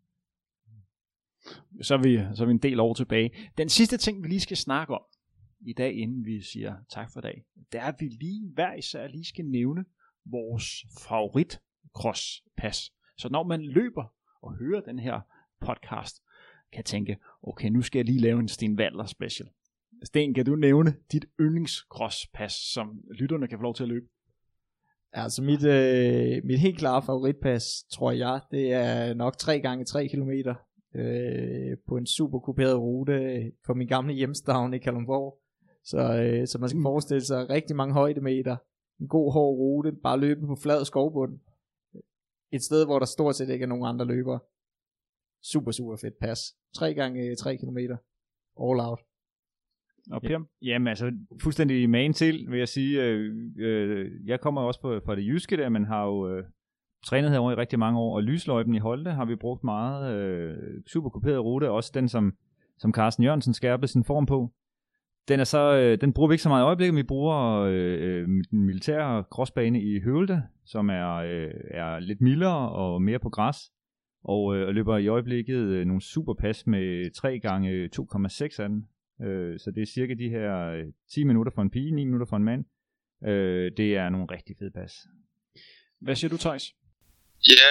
Så er vi en del år tilbage. Den sidste ting, vi lige skal snakke om i dag, inden vi siger tak for i dag, det er, at vi hver især lige skal nævne vores favorit crosspas. Så når man løber og hører den her podcast, kan tænke, okay, nu skal jeg lige lave en Sten Walder special. Sten, kan du nævne dit yndlingscrosspas, som lytterne kan få lov til at løbe? Altså mit helt klare favoritpas, tror jeg, det er nok 3x3 kilometer på en super kuperet rute på min gamle hjemstavn i Kalundborg. Så man skal forestille sig rigtig mange højdemeter, en god hård rute, bare løbe på flad skovbund. Et sted, hvor der stort set ikke er nogen andre løbere. Super, super fedt pas. 3x3 kilometer. All out. Og Per? Jamen altså, fuldstændig magen til, vil jeg sige. Jeg kommer også fra det jyske der, men har jo trænet herovre i rigtig mange år, og lysløjpen i Holte har vi brugt meget. Super kuperet rute, også den, som Carsten Jørgensen skærpede sin form på. Den bruger vi ikke så meget i øjeblikket. Vi bruger den militære crossbane i Høvelde, som er lidt mildere og mere på græs, og løber i øjeblikket nogle superpas med 3x2,6 af den. Så det er cirka de her 10 minutter for en pige, 9 minutter for en mand. Det er nogle rigtig fede pas. Hvad siger du, Theis? Ja,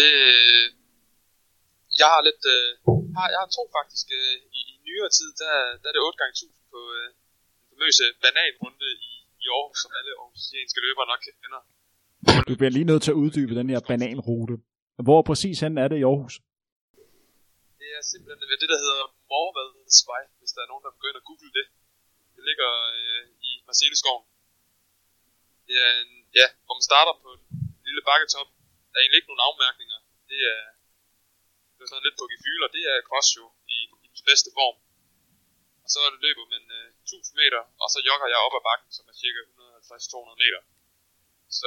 jeg har lidt, jeg har to faktisk. I nyere tid, der er det 8x1000 på den famøse bananrunde i Aarhus, som alle aarhusianske løbere nok kender. Du bliver lige nødt til at uddybe den her bananrute. Hvor præcis hen er det i Aarhus? Det er simpelthen ved det, der hedder Morvadsvej, hvis der er nogen, der begynder at google det. Det ligger i Marseilleskoven. Det er hvor man starter på en lille bakketop. Der er egentlig ikke nogen afmærkninger. Det er sådan lidt på gefyl, og det er cross jo i dens bedste form. Og så løber man 1000 meter, og så jogger jeg op ad bakken, som er cirka 150-200 meter. Så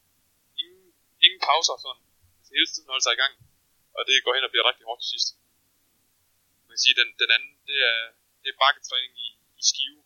ingen pauser sådan. Altså hele tiden holder sig i gang. Og det går hen og bliver rigtig hårdt til sidst. Man kan sige, den anden, det er bakketræning i Skive.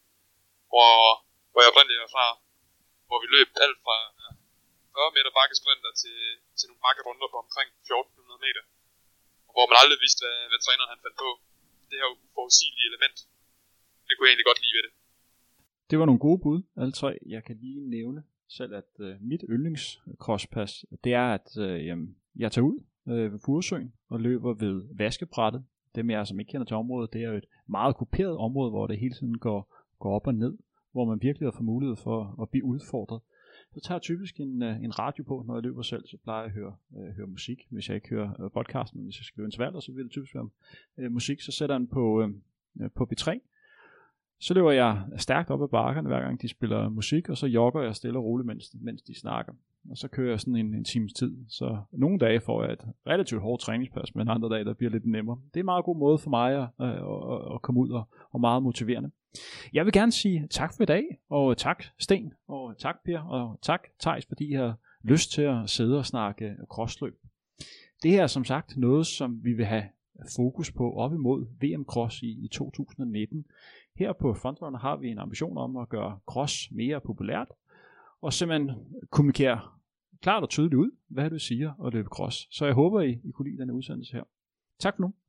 Hvor jeg oprindeligt er fra. Hvor vi løb alt fra 40 meter bakkesprinter til nogle bakkerunder på omkring 1400 meter. Og hvor man aldrig vidste, hvad træneren han fandt på. Det her uforudsigelige element. Det kunne jeg egentlig godt lide ved det. Det var nogle gode bud, alle tre. Jeg kan lige nævne selv, at mit yndlingscrosspas, det er, at jeg tager ud ved Furesøen og løber ved vaskebrættet. Dem jeg som ikke kender til området, det er jo et meget kuperet område, hvor det hele tiden går op og ned, hvor man virkelig har fået mulighed for at blive udfordret. Så tager jeg typisk en radio på, når jeg løber selv, så plejer jeg at høre musik. Hvis jeg ikke hører podcasten, hvis jeg skal løbe en Walder, så vil det typisk være musik. Så sætter jeg den på B3. Så løber jeg stærkt op ad bakkerne, hver gang de spiller musik, og så jogger jeg stille og roligt, mens de snakker. Og så kører jeg sådan en times tid. Så nogle dage får jeg et relativt hårdt træningspas, men andre dage der bliver lidt nemmere. Det er en meget god måde for mig at komme ud og meget motiverende. Jeg vil gerne sige tak for i dag, og tak Sten, og tak Per, og tak Theis, fordi I har lyst til at sidde og snakke crossløb. Det her er som sagt noget, som vi vil have fokus på op imod VM Cross i 2019. Her på Frontrunner har vi en ambition om at gøre cross mere populært, og simpelthen kommunikere klart og tydeligt ud, hvad du siger og løbe cross. Så jeg håber, I kunne lide denne udsendelse her. Tak for nu.